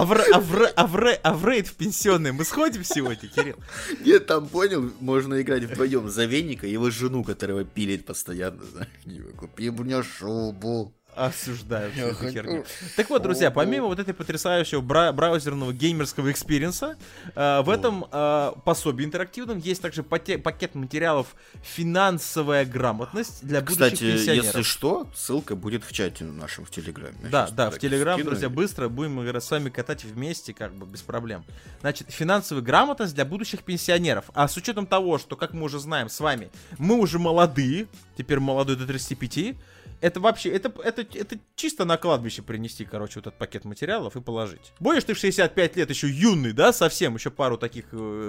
в рейд в пенсионный мы сходим сегодня, Кирилл? Нет, там, понял, можно играть вдвоем за Веника и его жену, которого пилит постоянно, знаешь, купи мне шубу. Осуждаю всю эту херню. Так вот, друзья, помимо вот этой потрясающего браузерного геймерского экспириенса, в этом пособии интерактивном есть также пакет материалов «Финансовая грамотность для будущих пенсионеров». Кстати, если что, ссылка будет в чате нашем в Телеграме. Да, в Телеграм, друзья, быстро будем с вами катать вместе, как бы без проблем. Значит, финансовая грамотность для будущих пенсионеров. А с учетом того, что, как мы уже знаем с вами, мы уже молодые, теперь молодой до 35, это вообще, это чисто на кладбище принести, короче, вот этот пакет материалов и положить. Будешь ты в 65 лет еще юный, да, совсем, еще пару таких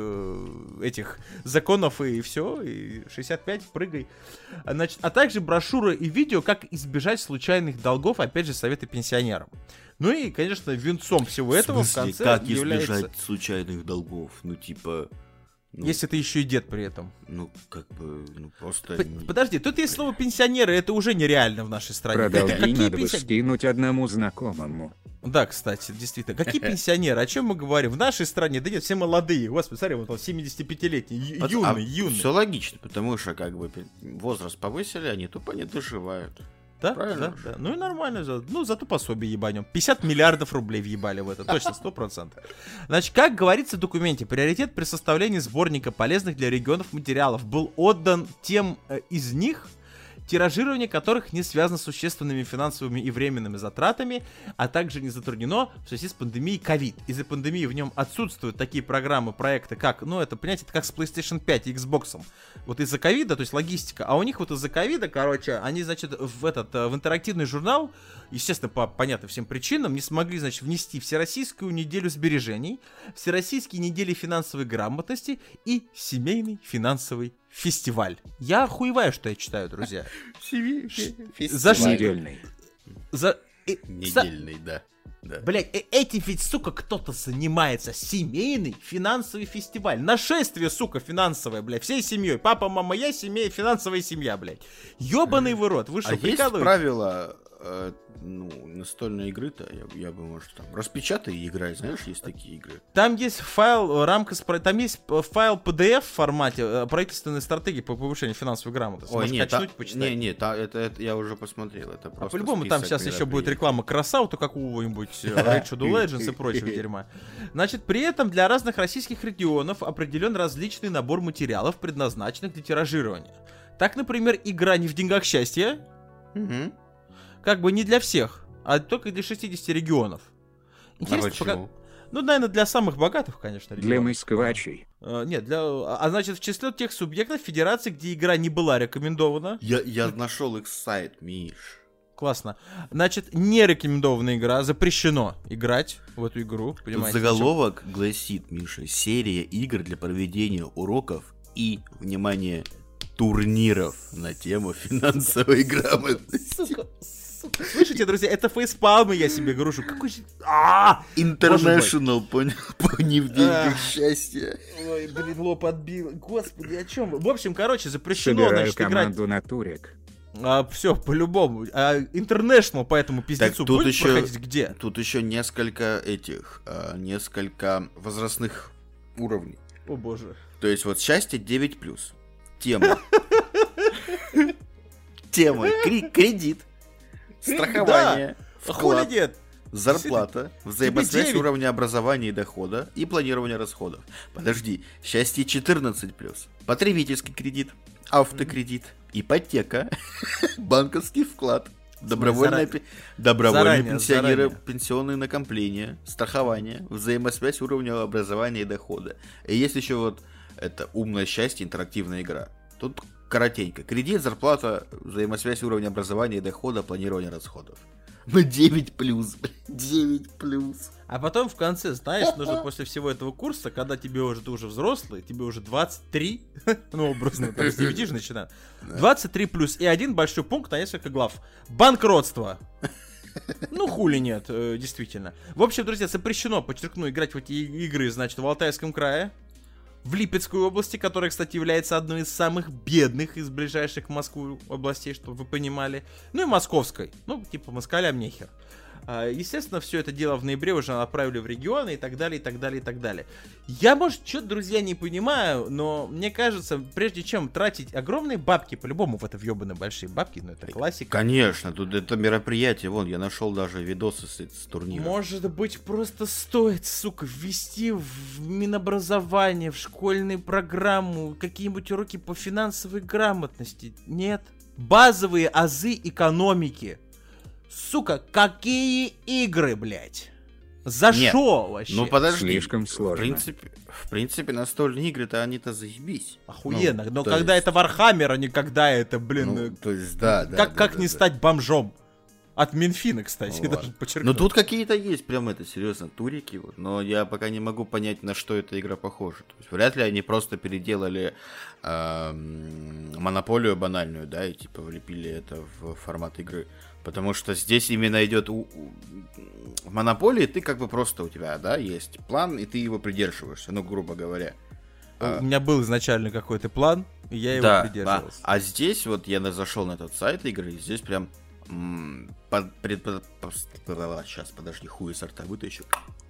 этих законов и все, и 65, прыгай. Значит, а также брошюра и видео, как избежать случайных долгов, опять же, советы пенсионерам. Ну и, конечно, винцом всего этого в конце как является... избежать случайных долгов, ну типа... Ну, если ты еще и дед при этом. Ну, как бы, ну просто... Подожди, тут есть слово «пенсионеры», это уже нереально в нашей стране. Про долги надо бы скинуть одному знакомому. Да, кстати, действительно. Какие пенсионеры? О чем мы говорим? В нашей стране, да нет, все молодые. Господи, смотри, вот он 75-летний, юный. Все логично, потому что, как бы, возраст повысили, они тупо не доживают. Да, да. Ну и нормально. Ну, зато пособие ебанем. 50 миллиардов рублей въебали в это. Точно, 100%. Значит, как говорится в документе, приоритет при составлении сборника полезных для регионов материалов был отдан тем из них, тиражирование которых не связано с существенными финансовыми и временными затратами, а также не затруднено в связи с пандемией COVID. Из-за пандемии в нем отсутствуют такие программы, проекты, как, ну, это, понимаете, это как с PlayStation 5 и Xbox. Вот из-за ковида, то есть логистика, а у них вот из-за ковида, короче, они, значит, в интерактивный журнал, естественно, по понятным всем причинам, не смогли, значит, внести Всероссийскую неделю сбережений, Всероссийские недели финансовой грамотности и семейный финансовый фестиваль. Я охуеваю, что я читаю, друзья. Недельный. Недельный, да. Блять, этим ведь, сука, кто-то занимается. Семейный финансовый фестиваль. Нашествие, сука, финансовое, блядь, всей семьей. Папа, мама, я, семья, финансовая семья, блядь. Ёбаный вы рот, вы что, прикалываетесь? Есть правила, настольной игры-то, я бы, может, там, распечатай и играй, знаешь, есть такие игры. Там есть файл, там есть файл PDF в формате правительственной стратегии по повышению финансовой грамотности. Ой, нет, это я уже посмотрел, это просто по-любому там сейчас еще будет реклама Красаута какого-нибудь, Rage of the Legends и прочего дерьма. Значит, при этом для разных российских регионов определен различный набор материалов, предназначенных для тиражирования. Так, например, игра «Не в деньгах счастья», как бы не для всех, а только для 60 регионов. Интересно, почему? Ну, наверное, для самых богатых, конечно, регионов. Для москвачей. Нет, значит, в числе тех субъектов федерации, где игра не была рекомендована. Я нашел их сайт, Миш. Классно. Значит, не рекомендованная игра, запрещено играть в эту игру, понимаете? Тут заголовок гласит, Миша, серия игр для проведения уроков и, внимание, турниров на тему финансовой грамотности. Слышите, друзья, это фейспалмы я себе грушу. Какой же... International, понял? Не в деньгах счастья. Ой, блин, лоб отбил. Господи, о чем вы? В общем, короче, запрещено, собираю значит, команду играть... на турик. Все, по-любому. International по этому пиздецу будет еще, проходить где? Тут еще несколько возрастных уровней. О боже. То есть вот счастье 9+. Тема. Тема. Кредит. Страхование. А хули нет? Зарплата, взаимосвязь 9. уровня образования и дохода и планирование расходов. Подожди, счастье 14+. Потребительский кредит, автокредит, ипотека, банковский вклад, добровольные пенсионеры, пенсионные накопления, страхование, взаимосвязь уровня образования и дохода. И есть еще вот это умное счастье, интерактивная игра. Тут коротенько. Кредит, зарплата, взаимосвязь уровня образования и дохода, планирование расходов. Ну 9+, 9+. А потом в конце, знаешь, нужно после всего этого курса, когда ты уже взрослый, тебе уже 23, ну, образно, там, с 9 же начинаем, 23+, и один большой пункт на несколько глав. Банкротство. Ну, хули нет, действительно. В общем, друзья, запрещено, подчеркну, играть в эти игры, значит, в Алтайском крае, в Липецкой области, которая, кстати, является одной из самых бедных из ближайших к Москве областей, чтобы вы понимали. Ну и Московской. Ну, типа, москалям нехер. Естественно, все это дело в ноябре уже отправили в регионы и так далее, и так далее, и так далее. Я, может, что-то, друзья, не понимаю, но мне кажется, прежде чем тратить огромные бабки, по-любому в это въебаны большие бабки, ну это классика. Конечно, тут это мероприятие, вон, я нашел даже видосы с турнира. Может быть, просто стоит, сука, ввести в Минобразование, в школьную программу какие-нибудь уроки по финансовой грамотности? Нет. Базовые азы экономики. Сука, какие игры, блядь? За шо вообще? Ну подожди. Слишком сложно. В принципе, настольные игры-то они-то заебись. Охуенно. Но когда это Вархаммер, а не когда это, блин... Ну, то есть, да. Как не стать бомжом? От Минфина, кстати, Вот. даже подчеркну. Ну тут какие-то есть, прям это, серьезно, турики, вот, но я пока не могу понять, на что эта игра похожа. То есть вряд ли они просто переделали монополию банальную, да, и типа влепили это в формат игры. Потому что здесь именно идет в монополии ты как бы просто у тебя, да, есть план, и ты его придерживаешься, ну, грубо говоря. У меня был изначально какой-то план, и я его придерживался. А здесь вот я зашел на этот сайт игры, и здесь прям сейчас, подожди, хуй из рта вытащу.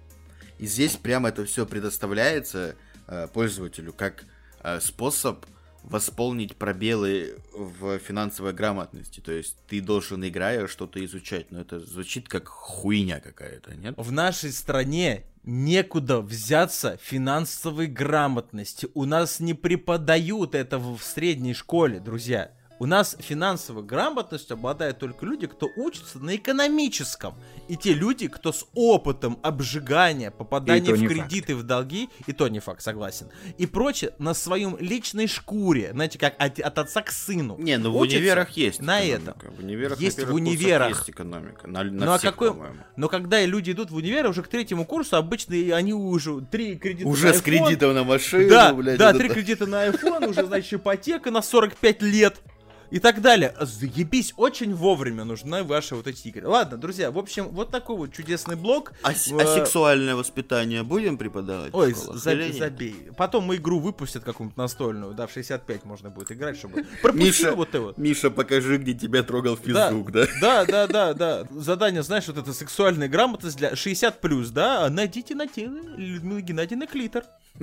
И здесь прям это все предоставляется пользователю как способ восполнить пробелы в финансовой грамотности. То есть ты должен, играя, что-то изучать. Но это звучит как хуйня какая-то, нет? В нашей стране некуда взяться финансовой грамотности. У нас не преподают этого в средней школе, друзья. У нас финансовой грамотностью обладают только люди, кто учится на экономическом. И те люди, кто с опытом обжигания, попадания в кредиты, в долги, и то не факт, согласен, и прочее, на своем личной шкуре, знаете, как от отца к сыну. Не, ну в универах есть на экономика. этом. В универах, есть в универах. Есть экономика. Ну, всех, по-моему. Но когда люди идут в универ, уже к третьему курсу, обычно они уже 3 кредита уже на с iPhone. кредитом на машину, Да, блядь. да, вот 3 это. кредита на iPhone, уже, значит, ипотека на 45 лет. И так далее. Заебись, очень вовремя нужны ваши вот эти игры. Ладно, друзья, в общем, вот такой вот чудесный блог. А сексуальное воспитание будем преподавать? Ой, в школах или нет? забей. Потом игру выпустят какую-нибудь настольную, да, в 65 можно будет играть, чтобы... Пропустил вот это вот. Миша, покажи, где тебя трогал физрук, да? Да. Задание, знаешь, вот это сексуальная грамотность для 60+, да? Найдите на тело Людмилы Геннадьевны клитор.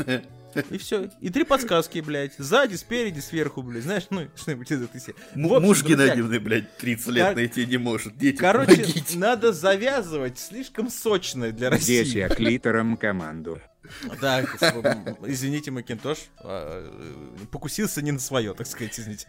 И все. И 3 подсказки, блядь. Сзади, спереди, сверху, блядь. Знаешь, ну, что-нибудь из этой серии. Муж Геннадьевны, блядь, 30 лет найти не может. Дети, короче, помогите. надо завязывать. Слишком сочное для России. Здесь я клитором команду. Да, извините, Макинтош, покусился не на свое, так сказать, извините.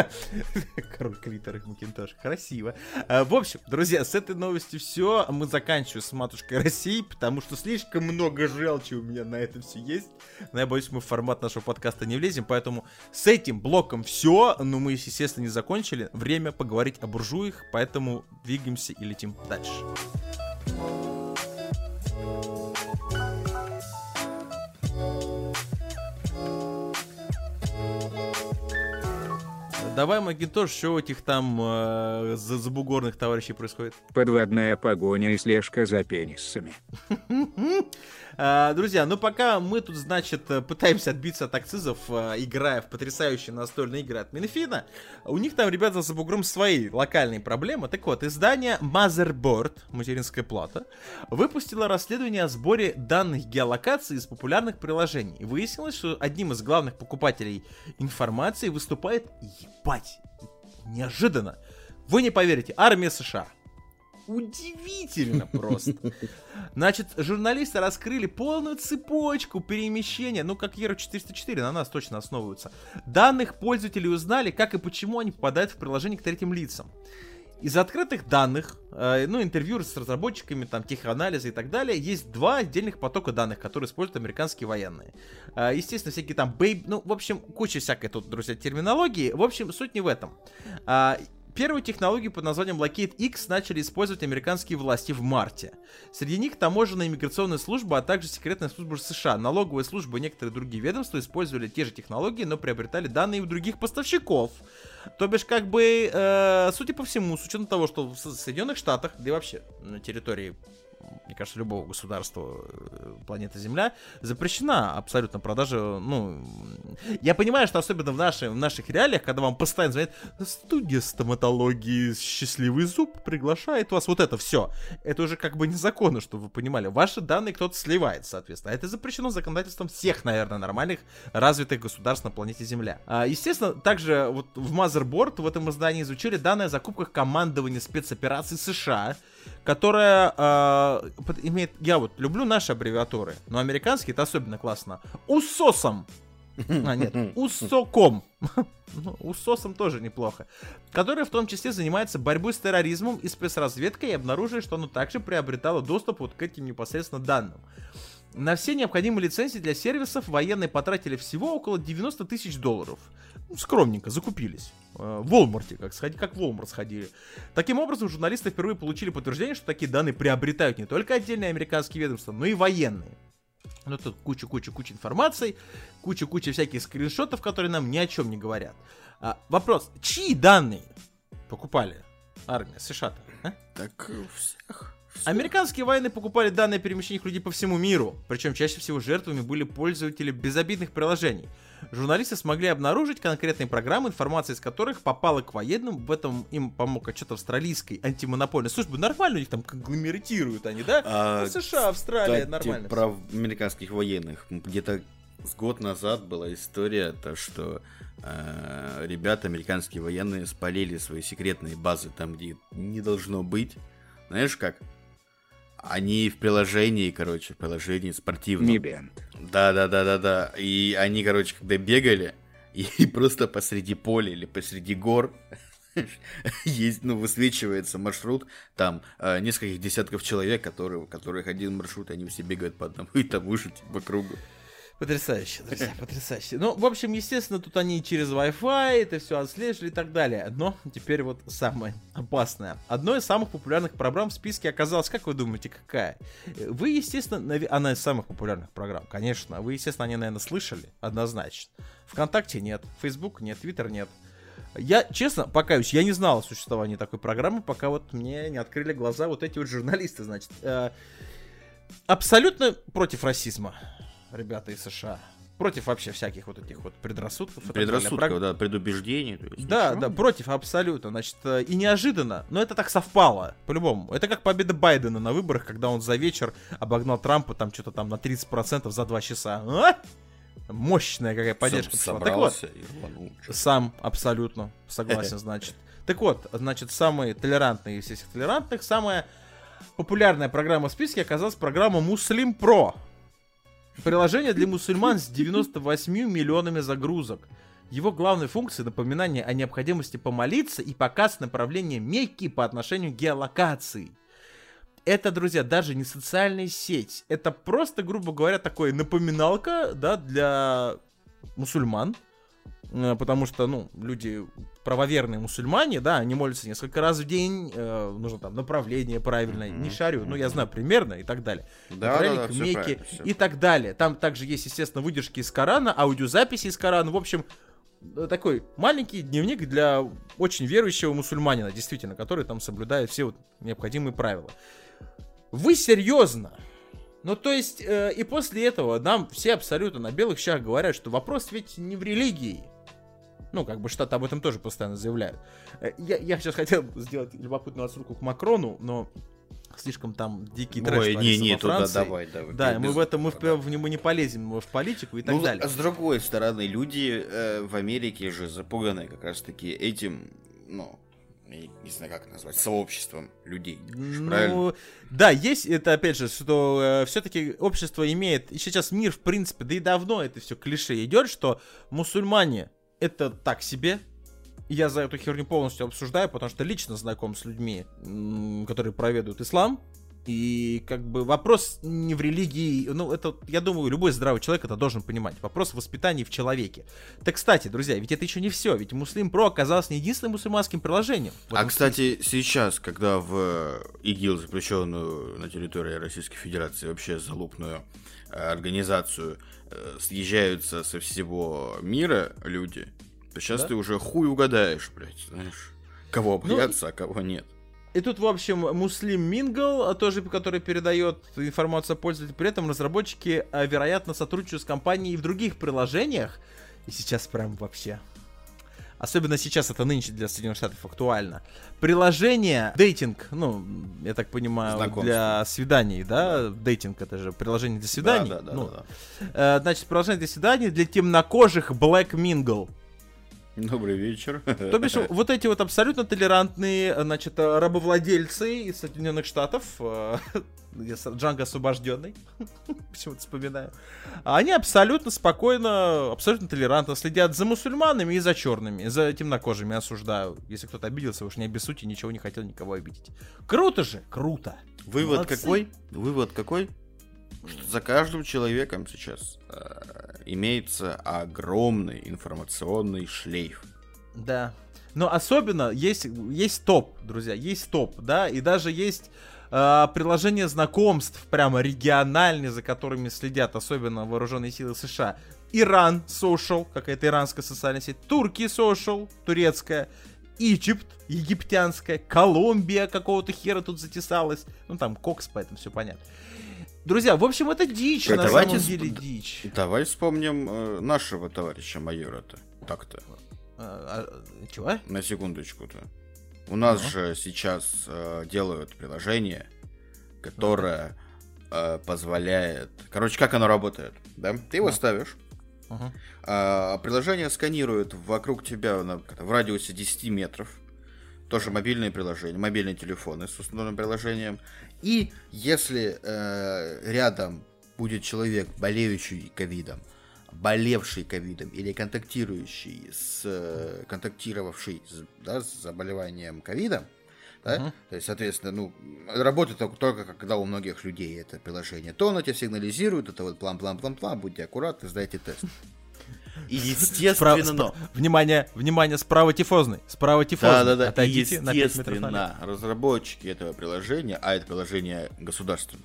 Король клитора Макинтош, красиво. В общем, друзья, с этой новостью все. Мы заканчиваем с матушкой России, потому что слишком много желчи у меня на это все есть. Но я боюсь, мы в формат нашего подкаста не влезем, поэтому с этим блоком все. Но мы, естественно, не закончили. Время поговорить о буржуях, поэтому двигаемся и летим дальше. Давай, Магинтош, что у этих там забугорных товарищей происходит? Подводная погоня и слежка за пенисами. Друзья, ну пока мы тут, значит, пытаемся отбиться от акцизов, играя в потрясающие настольные игры от Минфина, у них там, ребята, за бугром свои локальные проблемы. Так вот, издание Motherboard, материнская плата, выпустило расследование о сборе данных геолокации из популярных приложений. И выяснилось, что одним из главных покупателей информации выступает, ебать, неожиданно, вы не поверите, армия США. Удивительно просто. Значит, журналисты раскрыли полную цепочку перемещения, ну как Ера 404 на нас точно основываются. Данных пользователей узнали, как и почему они попадают в приложение к третьим лицам. Из открытых данных, ну, интервью с разработчиками, там, теханализа и так далее, есть два отдельных потока данных, которые используют американские военные. Естественно, всякие там ну, в общем, куча всякой тут, друзья, терминологии. В общем, суть не в этом. Первую технологию под названием Lockheed X начали использовать американские власти в марте. Среди них таможенная и миграционная служба, а также секретная служба США, налоговая служба и некоторые другие ведомства использовали те же технологии, но приобретали данные у других поставщиков. То бишь, как бы, судя по всему, с учетом того, что в Соединенных Штатах, да и вообще на территории, мне кажется, любого государства планеты Земля запрещена абсолютно продажа, ну, я понимаю, что особенно в наших реалиях, когда вам постоянно звонят, студия стоматологии «Счастливый зуб» приглашает вас, вот это все, это уже как бы незаконно, чтобы вы понимали, ваши данные кто-то сливает, соответственно, а это запрещено законодательством всех, наверное, нормальных развитых государств на планете Земля. Естественно, также вот в Motherboard в этом издании изучили данные о закупках командования спецопераций США, которая имеет... Я вот люблю наши аббревиатуры, но американские это особенно классно. УСОСом. Нет, УСОКом. УСОСом тоже неплохо. Который в том числе занимается борьбой с терроризмом и спецразведкой, и обнаружили, что оно также приобретало доступ вот к этим непосредственно данным. На все необходимые лицензии для сервисов военные потратили всего около $90 тысяч. Ну, скромненько, закупились. В Walmart, как в Walmart сходили. Таким образом, журналисты впервые получили подтверждение, что такие данные приобретают не только отдельные американские ведомства, но и военные. Ну, тут куча информации, куча всяких скриншотов, которые нам ни о чем не говорят. Вопрос, чьи данные покупали армия США-то? А? Так всех. Американские военные покупали данные о перемещениях людей по всему миру, причем чаще всего жертвами были пользователи безобидных приложений. Журналисты смогли обнаружить конкретные программы, информация из которых попала к военным, в этом им помог отчет австралийской антимонопольной службы. Нормально у них там конгломератируют они, да? США, Австралия, нормально. Про американских военных. Где-то с год назад была история, то что ребята, американские военные, спалили свои секретные базы там, где не должно быть. Знаешь как? Они в приложении, в приложении спортивном. Мибент. Да. И они, когда бегали, и просто посреди поля или посреди гор есть, высвечивается маршрут, там нескольких десятков человек, у которых один маршрут, они все бегают по одному и тому же по кругу. Потрясающе, друзья, потрясающе. Ну, в общем, естественно, тут они через Wi-Fi это все отслеживали и так далее. Но теперь вот самое опасное. Одной из самых популярных программ в списке оказалась, как вы думаете, какая? Вы, естественно, она из самых популярных программ, конечно. Вы, естественно, о ней, наверное, слышали, однозначно. ВКонтакте нет, Facebook нет, Twitter нет. Я, честно, покаюсь, я не знал о существовании такой программы, пока вот мне не открыли глаза вот эти вот журналисты, значит. Абсолютно против расизма. Ребята из США. Против вообще всяких вот этих вот предрассудков. Предрассудков, да, предубеждений. Да, против абсолютно. Значит, и неожиданно, но это так совпало, по-любому. Это как победа Байдена на выборах, когда он за вечер обогнал Трампа там что-то там на 30% за 2 часа. Мощная какая поддержка. Так вот, сам абсолютно согласен, значит. Так вот, значит, самые толерантные из всех толерантных, самая популярная программа в списке оказалась программа Muslim Pro. Приложение для мусульман с 98 миллионами загрузок. Его главной функцией напоминание о необходимости помолиться и показ направления Мекки по отношению к геолокации. Это, друзья, даже не социальная сеть. Это просто, грубо говоря, такое напоминалка, да, для мусульман. Потому что, люди правоверные мусульмане, да, они молятся несколько раз в день, нужно там направление правильное, не шарю, я знаю примерно и так далее. Да, к Мекке и так далее. Там также есть, естественно, выдержки из Корана, аудиозаписи из Корана, в общем, такой маленький дневник для очень верующего мусульманина, действительно, который там соблюдает все вот необходимые правила. Вы серьезно? Ну, то есть, и после этого нам все абсолютно на белых щах говорят, что вопрос ведь не в религии. Ну, как бы Штаты об этом тоже постоянно заявляют. Я сейчас хотел сделать любопытную отсылку к Макрону, но слишком там дикий трэш не, во Франции. давай. Да, мы в этом мы не полезем в политику и так далее. А с другой стороны, люди в Америке же запуганы как раз-таки этим, я не знаю, как назвать, сообществом людей. Правильно? Да, есть это, опять же, что все-таки общество имеет, и сейчас мир, в принципе, да и давно это все клише идет, что мусульмане это так себе. Я за эту херню полностью обсуждаю, потому что лично знаком с людьми, которые проведут ислам. И как бы вопрос не в религии, это, я думаю, любой здравый человек это должен понимать. Вопрос в воспитании в человеке. Так, кстати, друзья, ведь это еще не все. Ведь Muslim Pro оказалось не единственным мусульманским приложением. Кстати, сейчас, когда в ИГИЛ, запрещенную на территории Российской Федерации, вообще залупную организацию, съезжаются со всего мира люди, то сейчас ты уже хуй угадаешь, блядь, знаешь, кого боятся, а кого нет. И тут, в общем, Muslim Mingle, тоже, который передает информацию о пользователе, при этом разработчики, вероятно, сотрудничают с компанией и в других приложениях. И сейчас прям вообще... Особенно сейчас это нынче для Соединенных Штатов актуально. Приложение дейтинг, я так понимаю, для свиданий, да? Дейтинг это же приложение для свиданий. Да. Значит, приложение для свиданий для темнокожих Black Mingle. Добрый вечер. То бишь, вот эти вот абсолютно толерантные, значит, рабовладельцы из Соединенных Штатов, Джанго освобожденный, почему-то вспоминаю, они абсолютно спокойно, абсолютно толерантно следят за мусульманами и за черными, за темнокожими, осуждаю. Если кто-то обиделся, уж не обессудьте, ничего не хотел никого обидеть. Круто же, круто. Вывод какой? Что за каждым человеком сейчас имеется огромный информационный шлейф. Да. Но особенно есть топ, друзья, есть топ, да, и даже есть приложения знакомств, прямо региональные, за которыми следят, особенно вооруженные силы США. Иран Social, какая-то иранская социальная сеть, Турки Social, турецкая, Египет, египтянская, Колумбия какого-то хера тут затесалась. Там Кокс, поэтому все понятно. Друзья, в общем, это дичь, на самом деле дичь. Давай вспомним нашего товарища майора-то. Так-то. Чего? На секундочку-то. У нас же сейчас делают приложение, которое позволяет... Короче, как оно работает, да? Ты его ставишь. Приложение сканирует вокруг тебя в радиусе 10 метров. Тоже мобильные приложения, мобильные телефоны с установленным приложением. И если рядом будет человек, болеющий ковидом, болевший ковидом или контактировавший с заболеванием ковидом, да? То есть, соответственно, работает только когда у многих людей это приложение, то оно тебе сигнализирует, это вот план, будьте аккуратны, сдайте тест. И естественно... Внимание, справа тифозный. Да. Отойдите на 5 метров налево. Разработчики этого приложения, а это приложение государственное,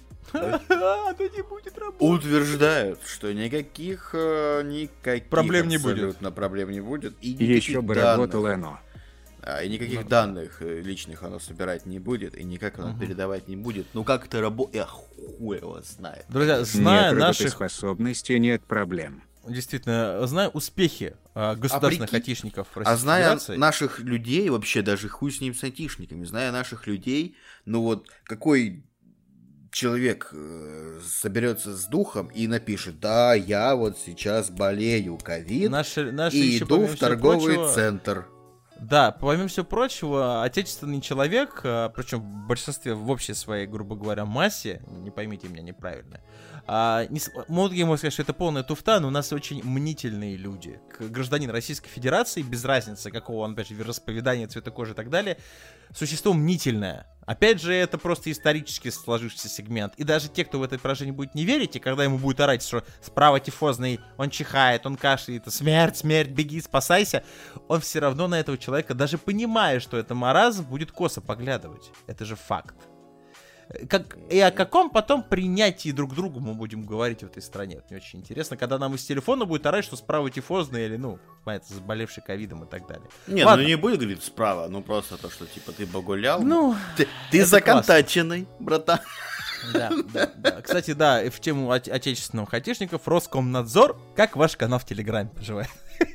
утверждают, что никаких проблем не будет. Абсолютно проблем не будет. И еще бы работало оно. И никаких данных личных оно собирать не будет, и никак оно передавать не будет. Как это работает, хуй его знает. Друзья, зная наших способностей, нет проблем. Действительно, знаю успехи государственных айтишников Российской Федерации. Зная наших людей, вообще даже хуй с ним с айтишниками, зная наших людей, какой человек соберется с духом и напишет: да, я вот сейчас болею ковид и иду в торговый центр. Да, помимо всего прочего, отечественный человек, причем в большинстве, в общей своей, грубо говоря, массе, не поймите меня неправильно, многие могут сказать, что это полная туфта, но у нас очень мнительные люди. Гражданин Российской Федерации, без разницы, какого он, опять же, вероисповедания, цвета кожи и так далее, существо мнительное. Опять же, это просто исторически сложившийся сегмент. И даже те, кто в это поражение будет не верить, и когда ему будет орать, что справа тифозный, он чихает, он кашляет, смерть, беги, спасайся, он все равно на этого человека, даже понимая, что это маразм, будет косо поглядывать. Это же факт. И о каком потом принятии друг другу мы будем говорить в этой стране. Это мне очень интересно, когда нам из телефона будет орать, что справа тифозный или, понятно, заболевший ковидом и так далее. Не, Ладно. не будет говорить справа, просто то, что, типа, ты погулял. Ты это законтаченный, братан. Да. Кстати, да, в тему отечественных айтишников, Роскомнадзор, как ваш канал в Телеграме поживает?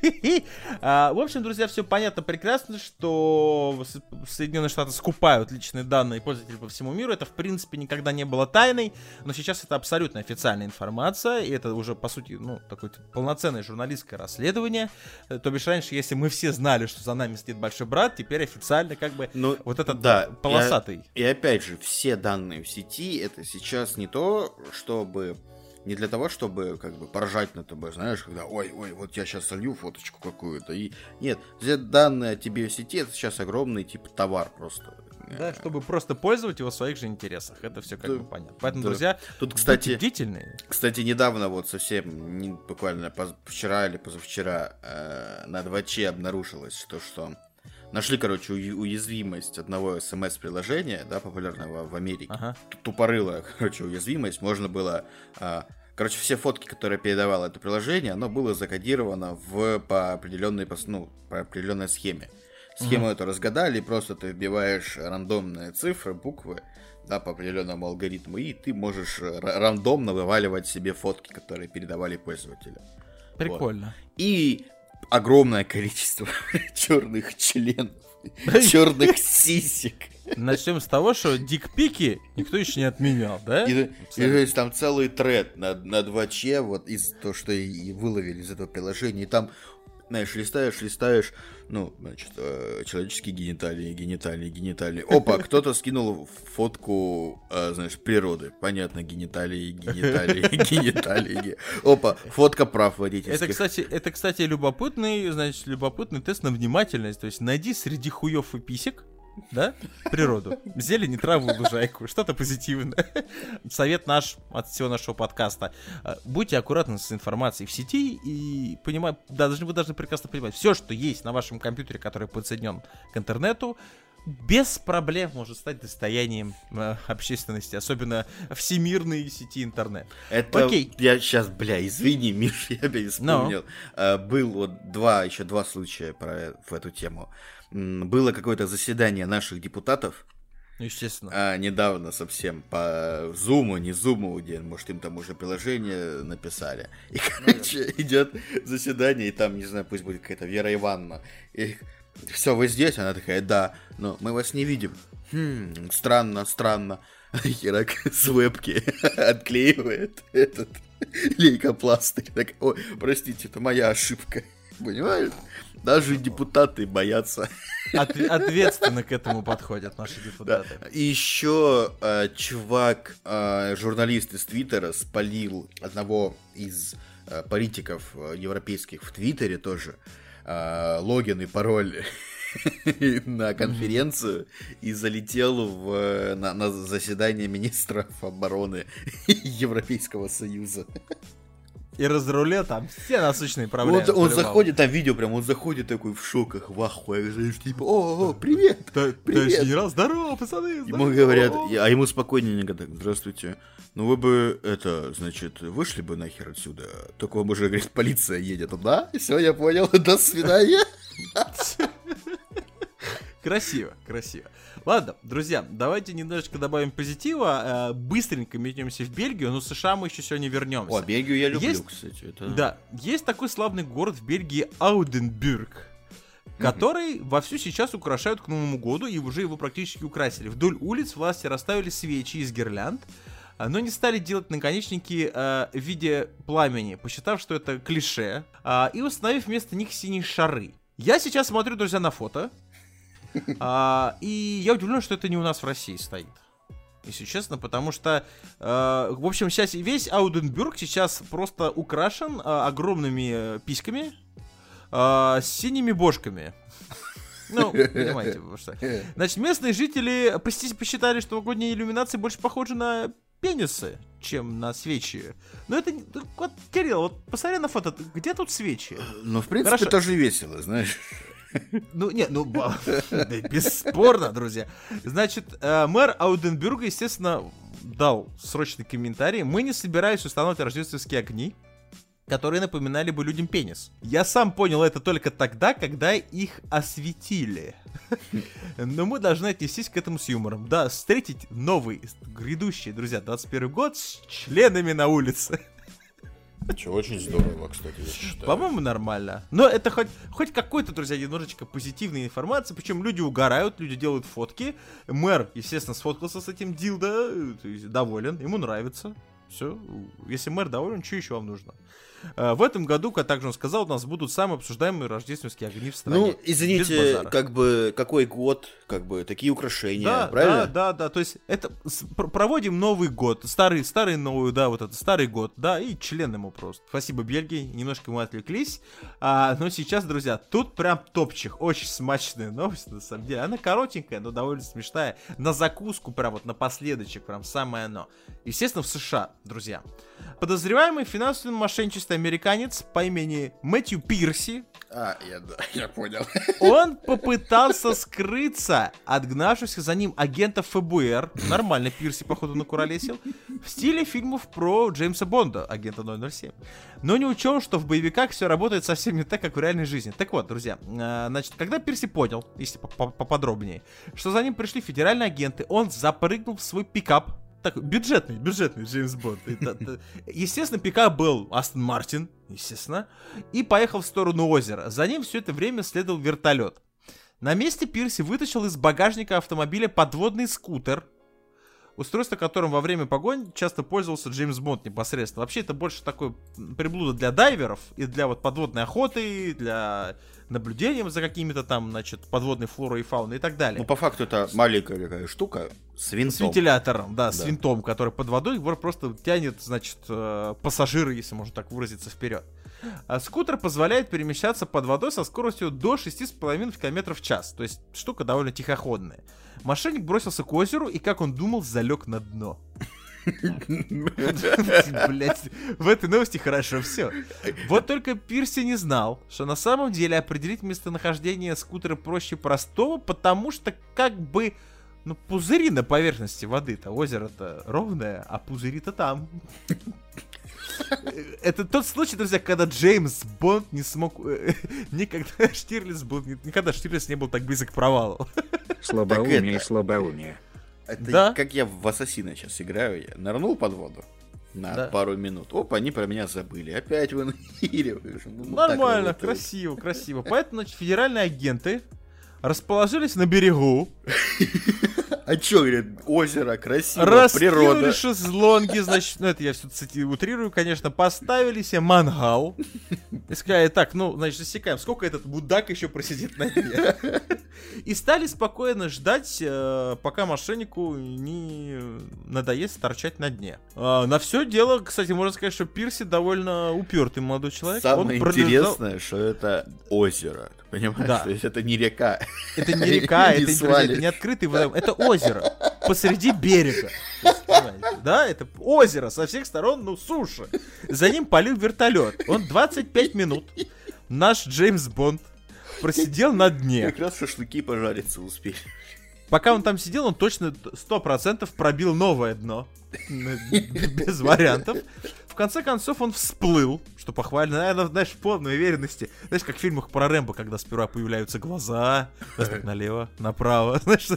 В общем, друзья, все понятно прекрасно, что Соединенные Штаты скупают личные данные пользователей по всему миру. Это, в принципе, никогда не было тайной, но сейчас это абсолютно официальная информация, и это уже, по сути, такое полноценное журналистское расследование. То бишь, раньше, если мы все знали, что за нами стоит большой брат, теперь официально вот этот полосатый. И опять же, все данные в сети, это сейчас не то, чтобы... Не для того, чтобы поражать над тобой, знаешь, когда ой, вот я сейчас солью фоточку какую-то. И нет, все данные о тебе в сети, это сейчас огромный товар просто. Да, чтобы просто пользовать его в своих же интересах. Это все понятно. Поэтому, друзья, тут, кстати, будьте бдительны. Кстати, недавно, совсем буквально вчера или позавчера на 2Ч обнаружилось, что нашли, уязвимость одного смс-приложения, да, популярного в Америке. Ага. Тупорылая, уязвимость. Можно было... все фотки, которые передавало это приложение, оно было закодировано по определенной схеме. Схему эту разгадали, и просто ты вбиваешь рандомные цифры, буквы, да, по определенному алгоритму, и ты можешь рандомно вываливать себе фотки, которые передавали пользователи. Прикольно. Вот. И огромное количество черных членов, черных сисек. Начнем с того, что дикпики никто еще не отменял, да? И есть там целый тред на 2Ч, вот из того, что и выловили из этого приложения, и там, знаешь, листаешь, человеческие гениталии. Опа, кто-то скинул фотку, природы. Понятно, гениталии. Опа, фотка прав водительских. Это, кстати, любопытный тест на внимательность. То есть найди среди хуев и писек, да, природу, зелень, траву, лужайку, что-то позитивное. Совет наш от всего нашего подкаста: будьте аккуратны с информацией в сети и вы должны прекрасно понимать, все, что есть на вашем компьютере, который подсоединен к интернету, без проблем может стать достоянием общественности, особенно всемирной сети интернет. Окей. Я сейчас, извини, Миш, я вспомнил. Был еще два случая в эту тему. Было какое-то заседание наших депутатов. Естественно. Недавно совсем по Zoom, не Zoom, где, может, им там уже приложение написали. И, идет заседание, и там, не знаю, пусть будет какая-то Вера Ивановна. И все, вы здесь? Она такая: да, но мы вас не видим. Странно. Херак с вебки отклеивает этот лейкопластырь. Так, ой, простите, это моя ошибка. Понимаешь? Даже депутаты боятся. Ответственно к этому подходят наши депутаты. Да. И еще чувак, журналист из Твиттера, спалил одного из политиков европейских в Твиттере тоже. Логин и пароль на конференцию и залетел на заседание министров обороны Европейского Союза. И разрулил там все насущные проблемы. Он заходит, там видео прям, он заходит такой в шоках, в ахуе, типа: привет, товарищ генерал, здорово, пацаны, здорово. Ему говорят, а ему спокойненько так: здравствуйте, вы бы, вышли бы нахер отсюда, только вам уже, говорит, полиция едет. Да, все, я понял, до свидания. Красиво. Ладно, друзья, давайте немножечко добавим позитива. Быстренько метнемся в Бельгию, но в США мы еще сегодня вернемся. Бельгию я люблю, кстати. Да, есть такой славный город в Бельгии Ауденбург, который вовсю сейчас украшают к Новому году, и уже его практически украсили. Вдоль улиц власти расставили свечи из гирлянд, но не стали делать наконечники в виде пламени, посчитав, что это клише, и установив вместо них синие шары. Я сейчас смотрю, друзья, на фото, и я удивлен, что это не у нас в России стоит, если честно, потому что, в общем, сейчас весь Ауденбург сейчас просто украшен огромными письками с синими бошками. Понимаете, что. Значит, местные жители посчитали, что новогодние иллюминации больше похожи на пенисы, чем на свечи. Но это... Вот, Кирилл, посмотри на фото, где тут свечи? В принципе, тоже весело, знаешь. Бесспорно, друзья. Значит, мэр Ауденбюрга, естественно, дал срочный комментарий. Мы не собирались устанавливать рождественские огни, которые напоминали бы людям пенис. Я сам понял это только тогда, когда их осветили. Но мы должны отнестись к этому с юмором. Да, встретить новый, грядущий, друзья, 21 год с членами на улице. Что очень здорово, кстати, я считаю. По-моему, нормально. Но это хоть какой-то, друзья, немножечко позитивной информации. Причем люди угорают, люди делают фотки. Мэр, естественно, сфоткался с этим дилдо, доволен, ему нравится. Все, если мэр доволен, что еще вам нужно? В этом году, как также он сказал, у нас будут самые обсуждаемые рождественские огни в стране. Ну, извините, как бы, какой год, как бы, такие украшения, правильно? Да, то есть, это проводим Новый год, старый новый, да, вот это, старый год, да, и член ему просто. Спасибо, Бельгии, немножко мы отвлеклись, но сейчас, друзья, тут прям топчик, очень смачная новость, на самом деле, она коротенькая, но довольно смешная, на закуску, прям вот напоследочек, прям самое оно. Естественно, в США, друзья. Подозреваемый в финансовом мошенничестве американец по имени Мэтью Пирси. Я понял. Он попытался скрыться от гнавшихся за ним агентов ФБР. Нормально Пирси, походу, накуролесил. В стиле фильмов про Джеймса Бонда, агента 007. Но не учел, что в боевиках все работает совсем не так, как в реальной жизни. Так вот, друзья, значит, когда Пирси понял, если поподробнее, что за ним пришли федеральные агенты, он запрыгнул в свой пикап. Так, бюджетный Джеймс Бонд. Естественно, пикап был Астон Мартин, естественно, и поехал в сторону озера. За ним все это время следовал вертолет. На месте Пирси вытащил из багажника автомобиля подводный скутер, устройство которым во время погони часто пользовался Джеймс Бонд непосредственно. Вообще, это больше такое приблуда для дайверов и для вот подводной охоты, для наблюдения за какими-то там, значит, подводной флорой и фауной и так далее. Ну, по факту, это маленькая такая штука с винтом. С вентилятором, да, с винтом, который под водой просто тянет, значит, пассажира, если можно так выразиться, вперед. А скутер позволяет перемещаться под водой со скоростью до 6,5 км в час. То есть штука довольно тихоходная. Мошенник бросился к озеру и, как он думал, залег на дно. Блять, в этой новости хорошо все. Вот только Пирси не знал, что на самом деле определить местонахождение скутера проще простого, потому что как бы, ну, пузыри на поверхности воды-то, озеро-то ровное, а пузыри-то там. Это тот случай, друзья, когда Джеймс Бонд не смог... Никогда Штирлиц не был так близок к провалу. Слабоумие и слабоумие. Это как я в Ассасина сейчас играю, я нырнул под воду на пару минут. Оп, они про меня забыли. Опять выныриваешь. Нормально, красиво. Поэтому, значит, федеральные агенты расположились на берегу. А чё, говорят, озеро, красиво, природа. Раскинули шезлонги, значит, ну это я все утрирую, конечно, поставили себе мангал. И сказали, так, ну, значит, засекаем, сколько этот мудак еще просидит на дне. И стали спокойно ждать, пока мошеннику не надоест торчать на дне. На все дело, кстати, можно сказать, что Пирси довольно упертый молодой человек. Самое интересное, что это озеро. Понимаешь? Да. То есть это не река. Это не река, это не открытый водоем, это озеро посреди берега. Да, это озеро со всех сторон, ну, суша. За ним палил вертолет. Он 25 минут, наш Джеймс Бонд, просидел на дне. Как раз шашлыки пожариться успели. Пока он там сидел, он точно 100% пробил новое дно. Без вариантов. В конце концов он всплыл, что похвально, наверное, знаешь, в полной уверенности. Знаешь, как в фильмах про Рэмбо, когда сперва появляются глаза, налево, направо.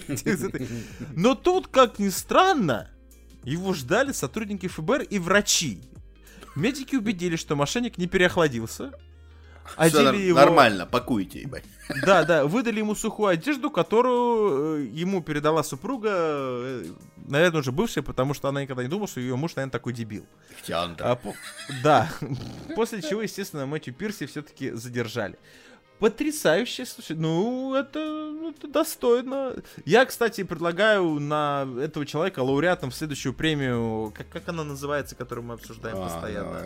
Но тут, как ни странно, его ждали сотрудники ФБР и врачи. Медики убедились, что мошенник не переохладился. Его... Нормально, пакуйте, ебать. Да, выдали ему сухую одежду, которую ему передала супруга, наверное, уже бывшая, потому что она никогда не думала, что ее муж, наверное, такой дебил. Да. После чего, естественно, Мэтью Пирси все-таки задержали. Потрясающе, слушай, ну, это достойно. Я, кстати, предлагаю на этого человека лауреатом в следующую премию, как она называется, которую мы обсуждаем постоянно?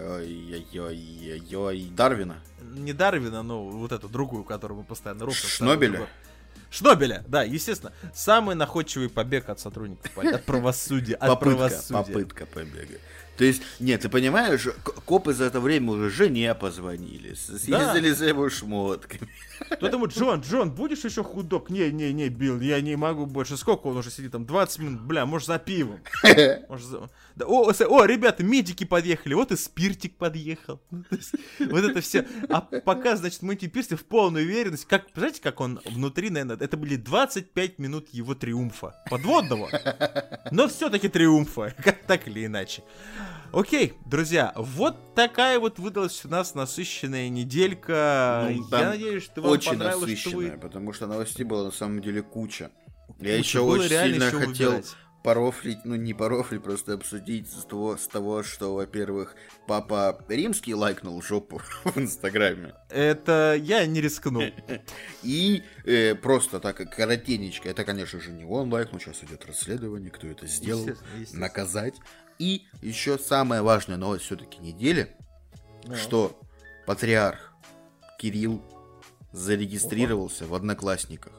Дарвина? Не Дарвина, но вот эту другую, которую мы постоянно рухнем. Шнобеля? Шнобеля, да, естественно. Самый находчивый побег от сотрудников, от правосудия. Попытка побега. То есть, нет, ты понимаешь, копы за это время уже жене позвонили, съездили за его шмотками. Кто думает, Джон, будешь еще худок? Не, Билл, я не могу больше. Сколько он уже сидит там? 20 минут, бля, может, за пивом. Да, о, ребята, медики подъехали, вот и спиртик подъехал. Вот это все. А пока, значит, Мэтью Пирс в полной уверенности, знаете, как он внутри, наверное, это были 25 минут его триумфа. Подводного, но все-таки триумфа, так или иначе. Окей, друзья, вот такая вот выдалась у нас насыщенная неделька. Я надеюсь, что вам очень понравилось, насыщенная, потому что новостей было на самом деле куча. Я еще было очень реально сильно еще хотел выбирать. порофлить, ну не порофлить, просто обсудить с того, что, во-первых, папа Римский лайкнул жопу в Инстаграме. Это я не рискнул. И просто так, коротенечко, это, конечно же, не он лайкнул, сейчас идет расследование, кто это сделал, Естественно. наказать. И еще самая важная новость все-таки недели, что патриарх Кирилл зарегистрировался в Одноклассниках.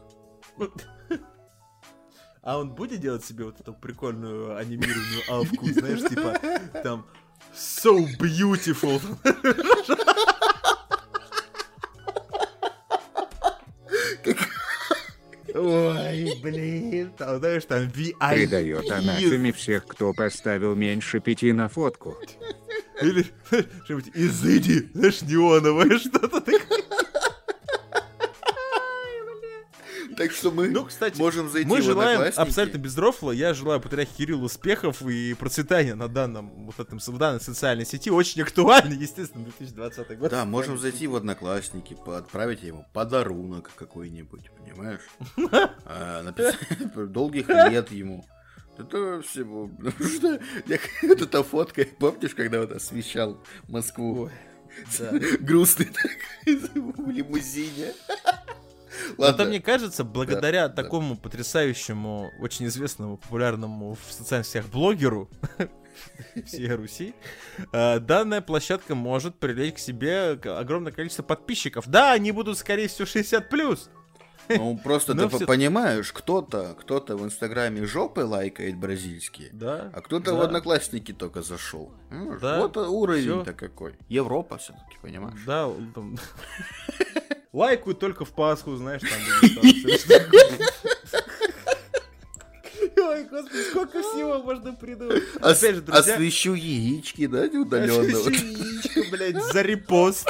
А он будет делать себе вот эту прикольную анимированную алфку, знаешь, типа там so beautiful. Ой, блин, там, знаешь, там VIP. Придает анафеме всех, кто поставил меньше 5 на фотку. Или что-нибудь изыди, знаешь, неоновое что-то такое. Так что мы кстати, можем зайти мы в желаем Одноклассники. абсолютно без рофла. Я желаю патриарху Кириллу успехов и процветания на данной социальной сети. Очень актуально, естественно, 2020 год. Да, можем зайти в Одноклассники, отправить ему подарунок какой-нибудь, понимаешь? Написать долгих лет ему. Это всего. Потому что вот эта фотка, помнишь, когда вот освещал Москву? Грустный такой в лимузине. Это, мне кажется, благодаря такому потрясающему, очень известному, популярному в социальных сетях блогеру всей Руси, данная площадка может привлечь к себе огромное количество подписчиков. Да, они будут, скорее всего, 60+. Ну, просто ты понимаешь, кто-то в Инстаграме жопы лайкает бразильские, а кто-то в Одноклассники только зашел. Вот уровень-то какой. Европа все-таки, понимаешь? Да, там... Лайкают только в Пасху, знаешь, там. Ой, господи, сколько всего можно придумать. Опять же, друзья... Освещу яички, да, удаленно. Освещу яичко, блядь, за репост.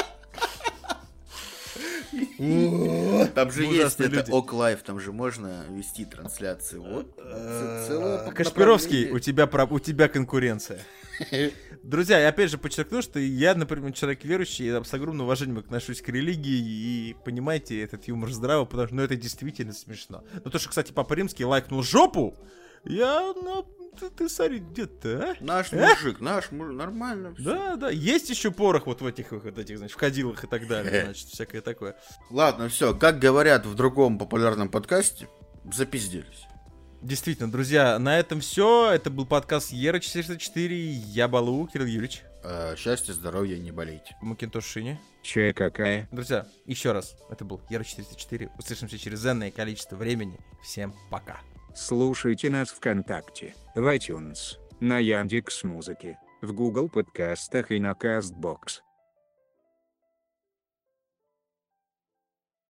Там же есть это ОК-лайв, там же можно вести трансляции. Вот. Кашпировский, у тебя конкуренция. Друзья, я опять же подчеркну, что я, например, человек верующий, я с огромным уважением отношусь к религии, и понимаете, этот юмор здраво, потому что это действительно смешно. Но то, что, кстати, Папа Римский лайкнул жопу, ты смотри, где-то, а? Наш мужик, нормально все. Да, есть еще порох вот в этих, значит, входилах и так далее, значит, всякое такое. Ладно, все, как говорят в другом популярном подкасте, запизделись. Действительно, друзья, на этом все. Это был подкаст Ера404. Я Балу, Кирилл Юрьевич. Счастья, здоровья, не болейте. Макинтош Шини. Че какая? Друзья, еще раз, это был Ера404. Услышимся через энное количество времени. Всем пока. Слушайте нас ВКонтакте, в iTunes, на Яндекс.Музыке, в Google подкастах и на Castbox.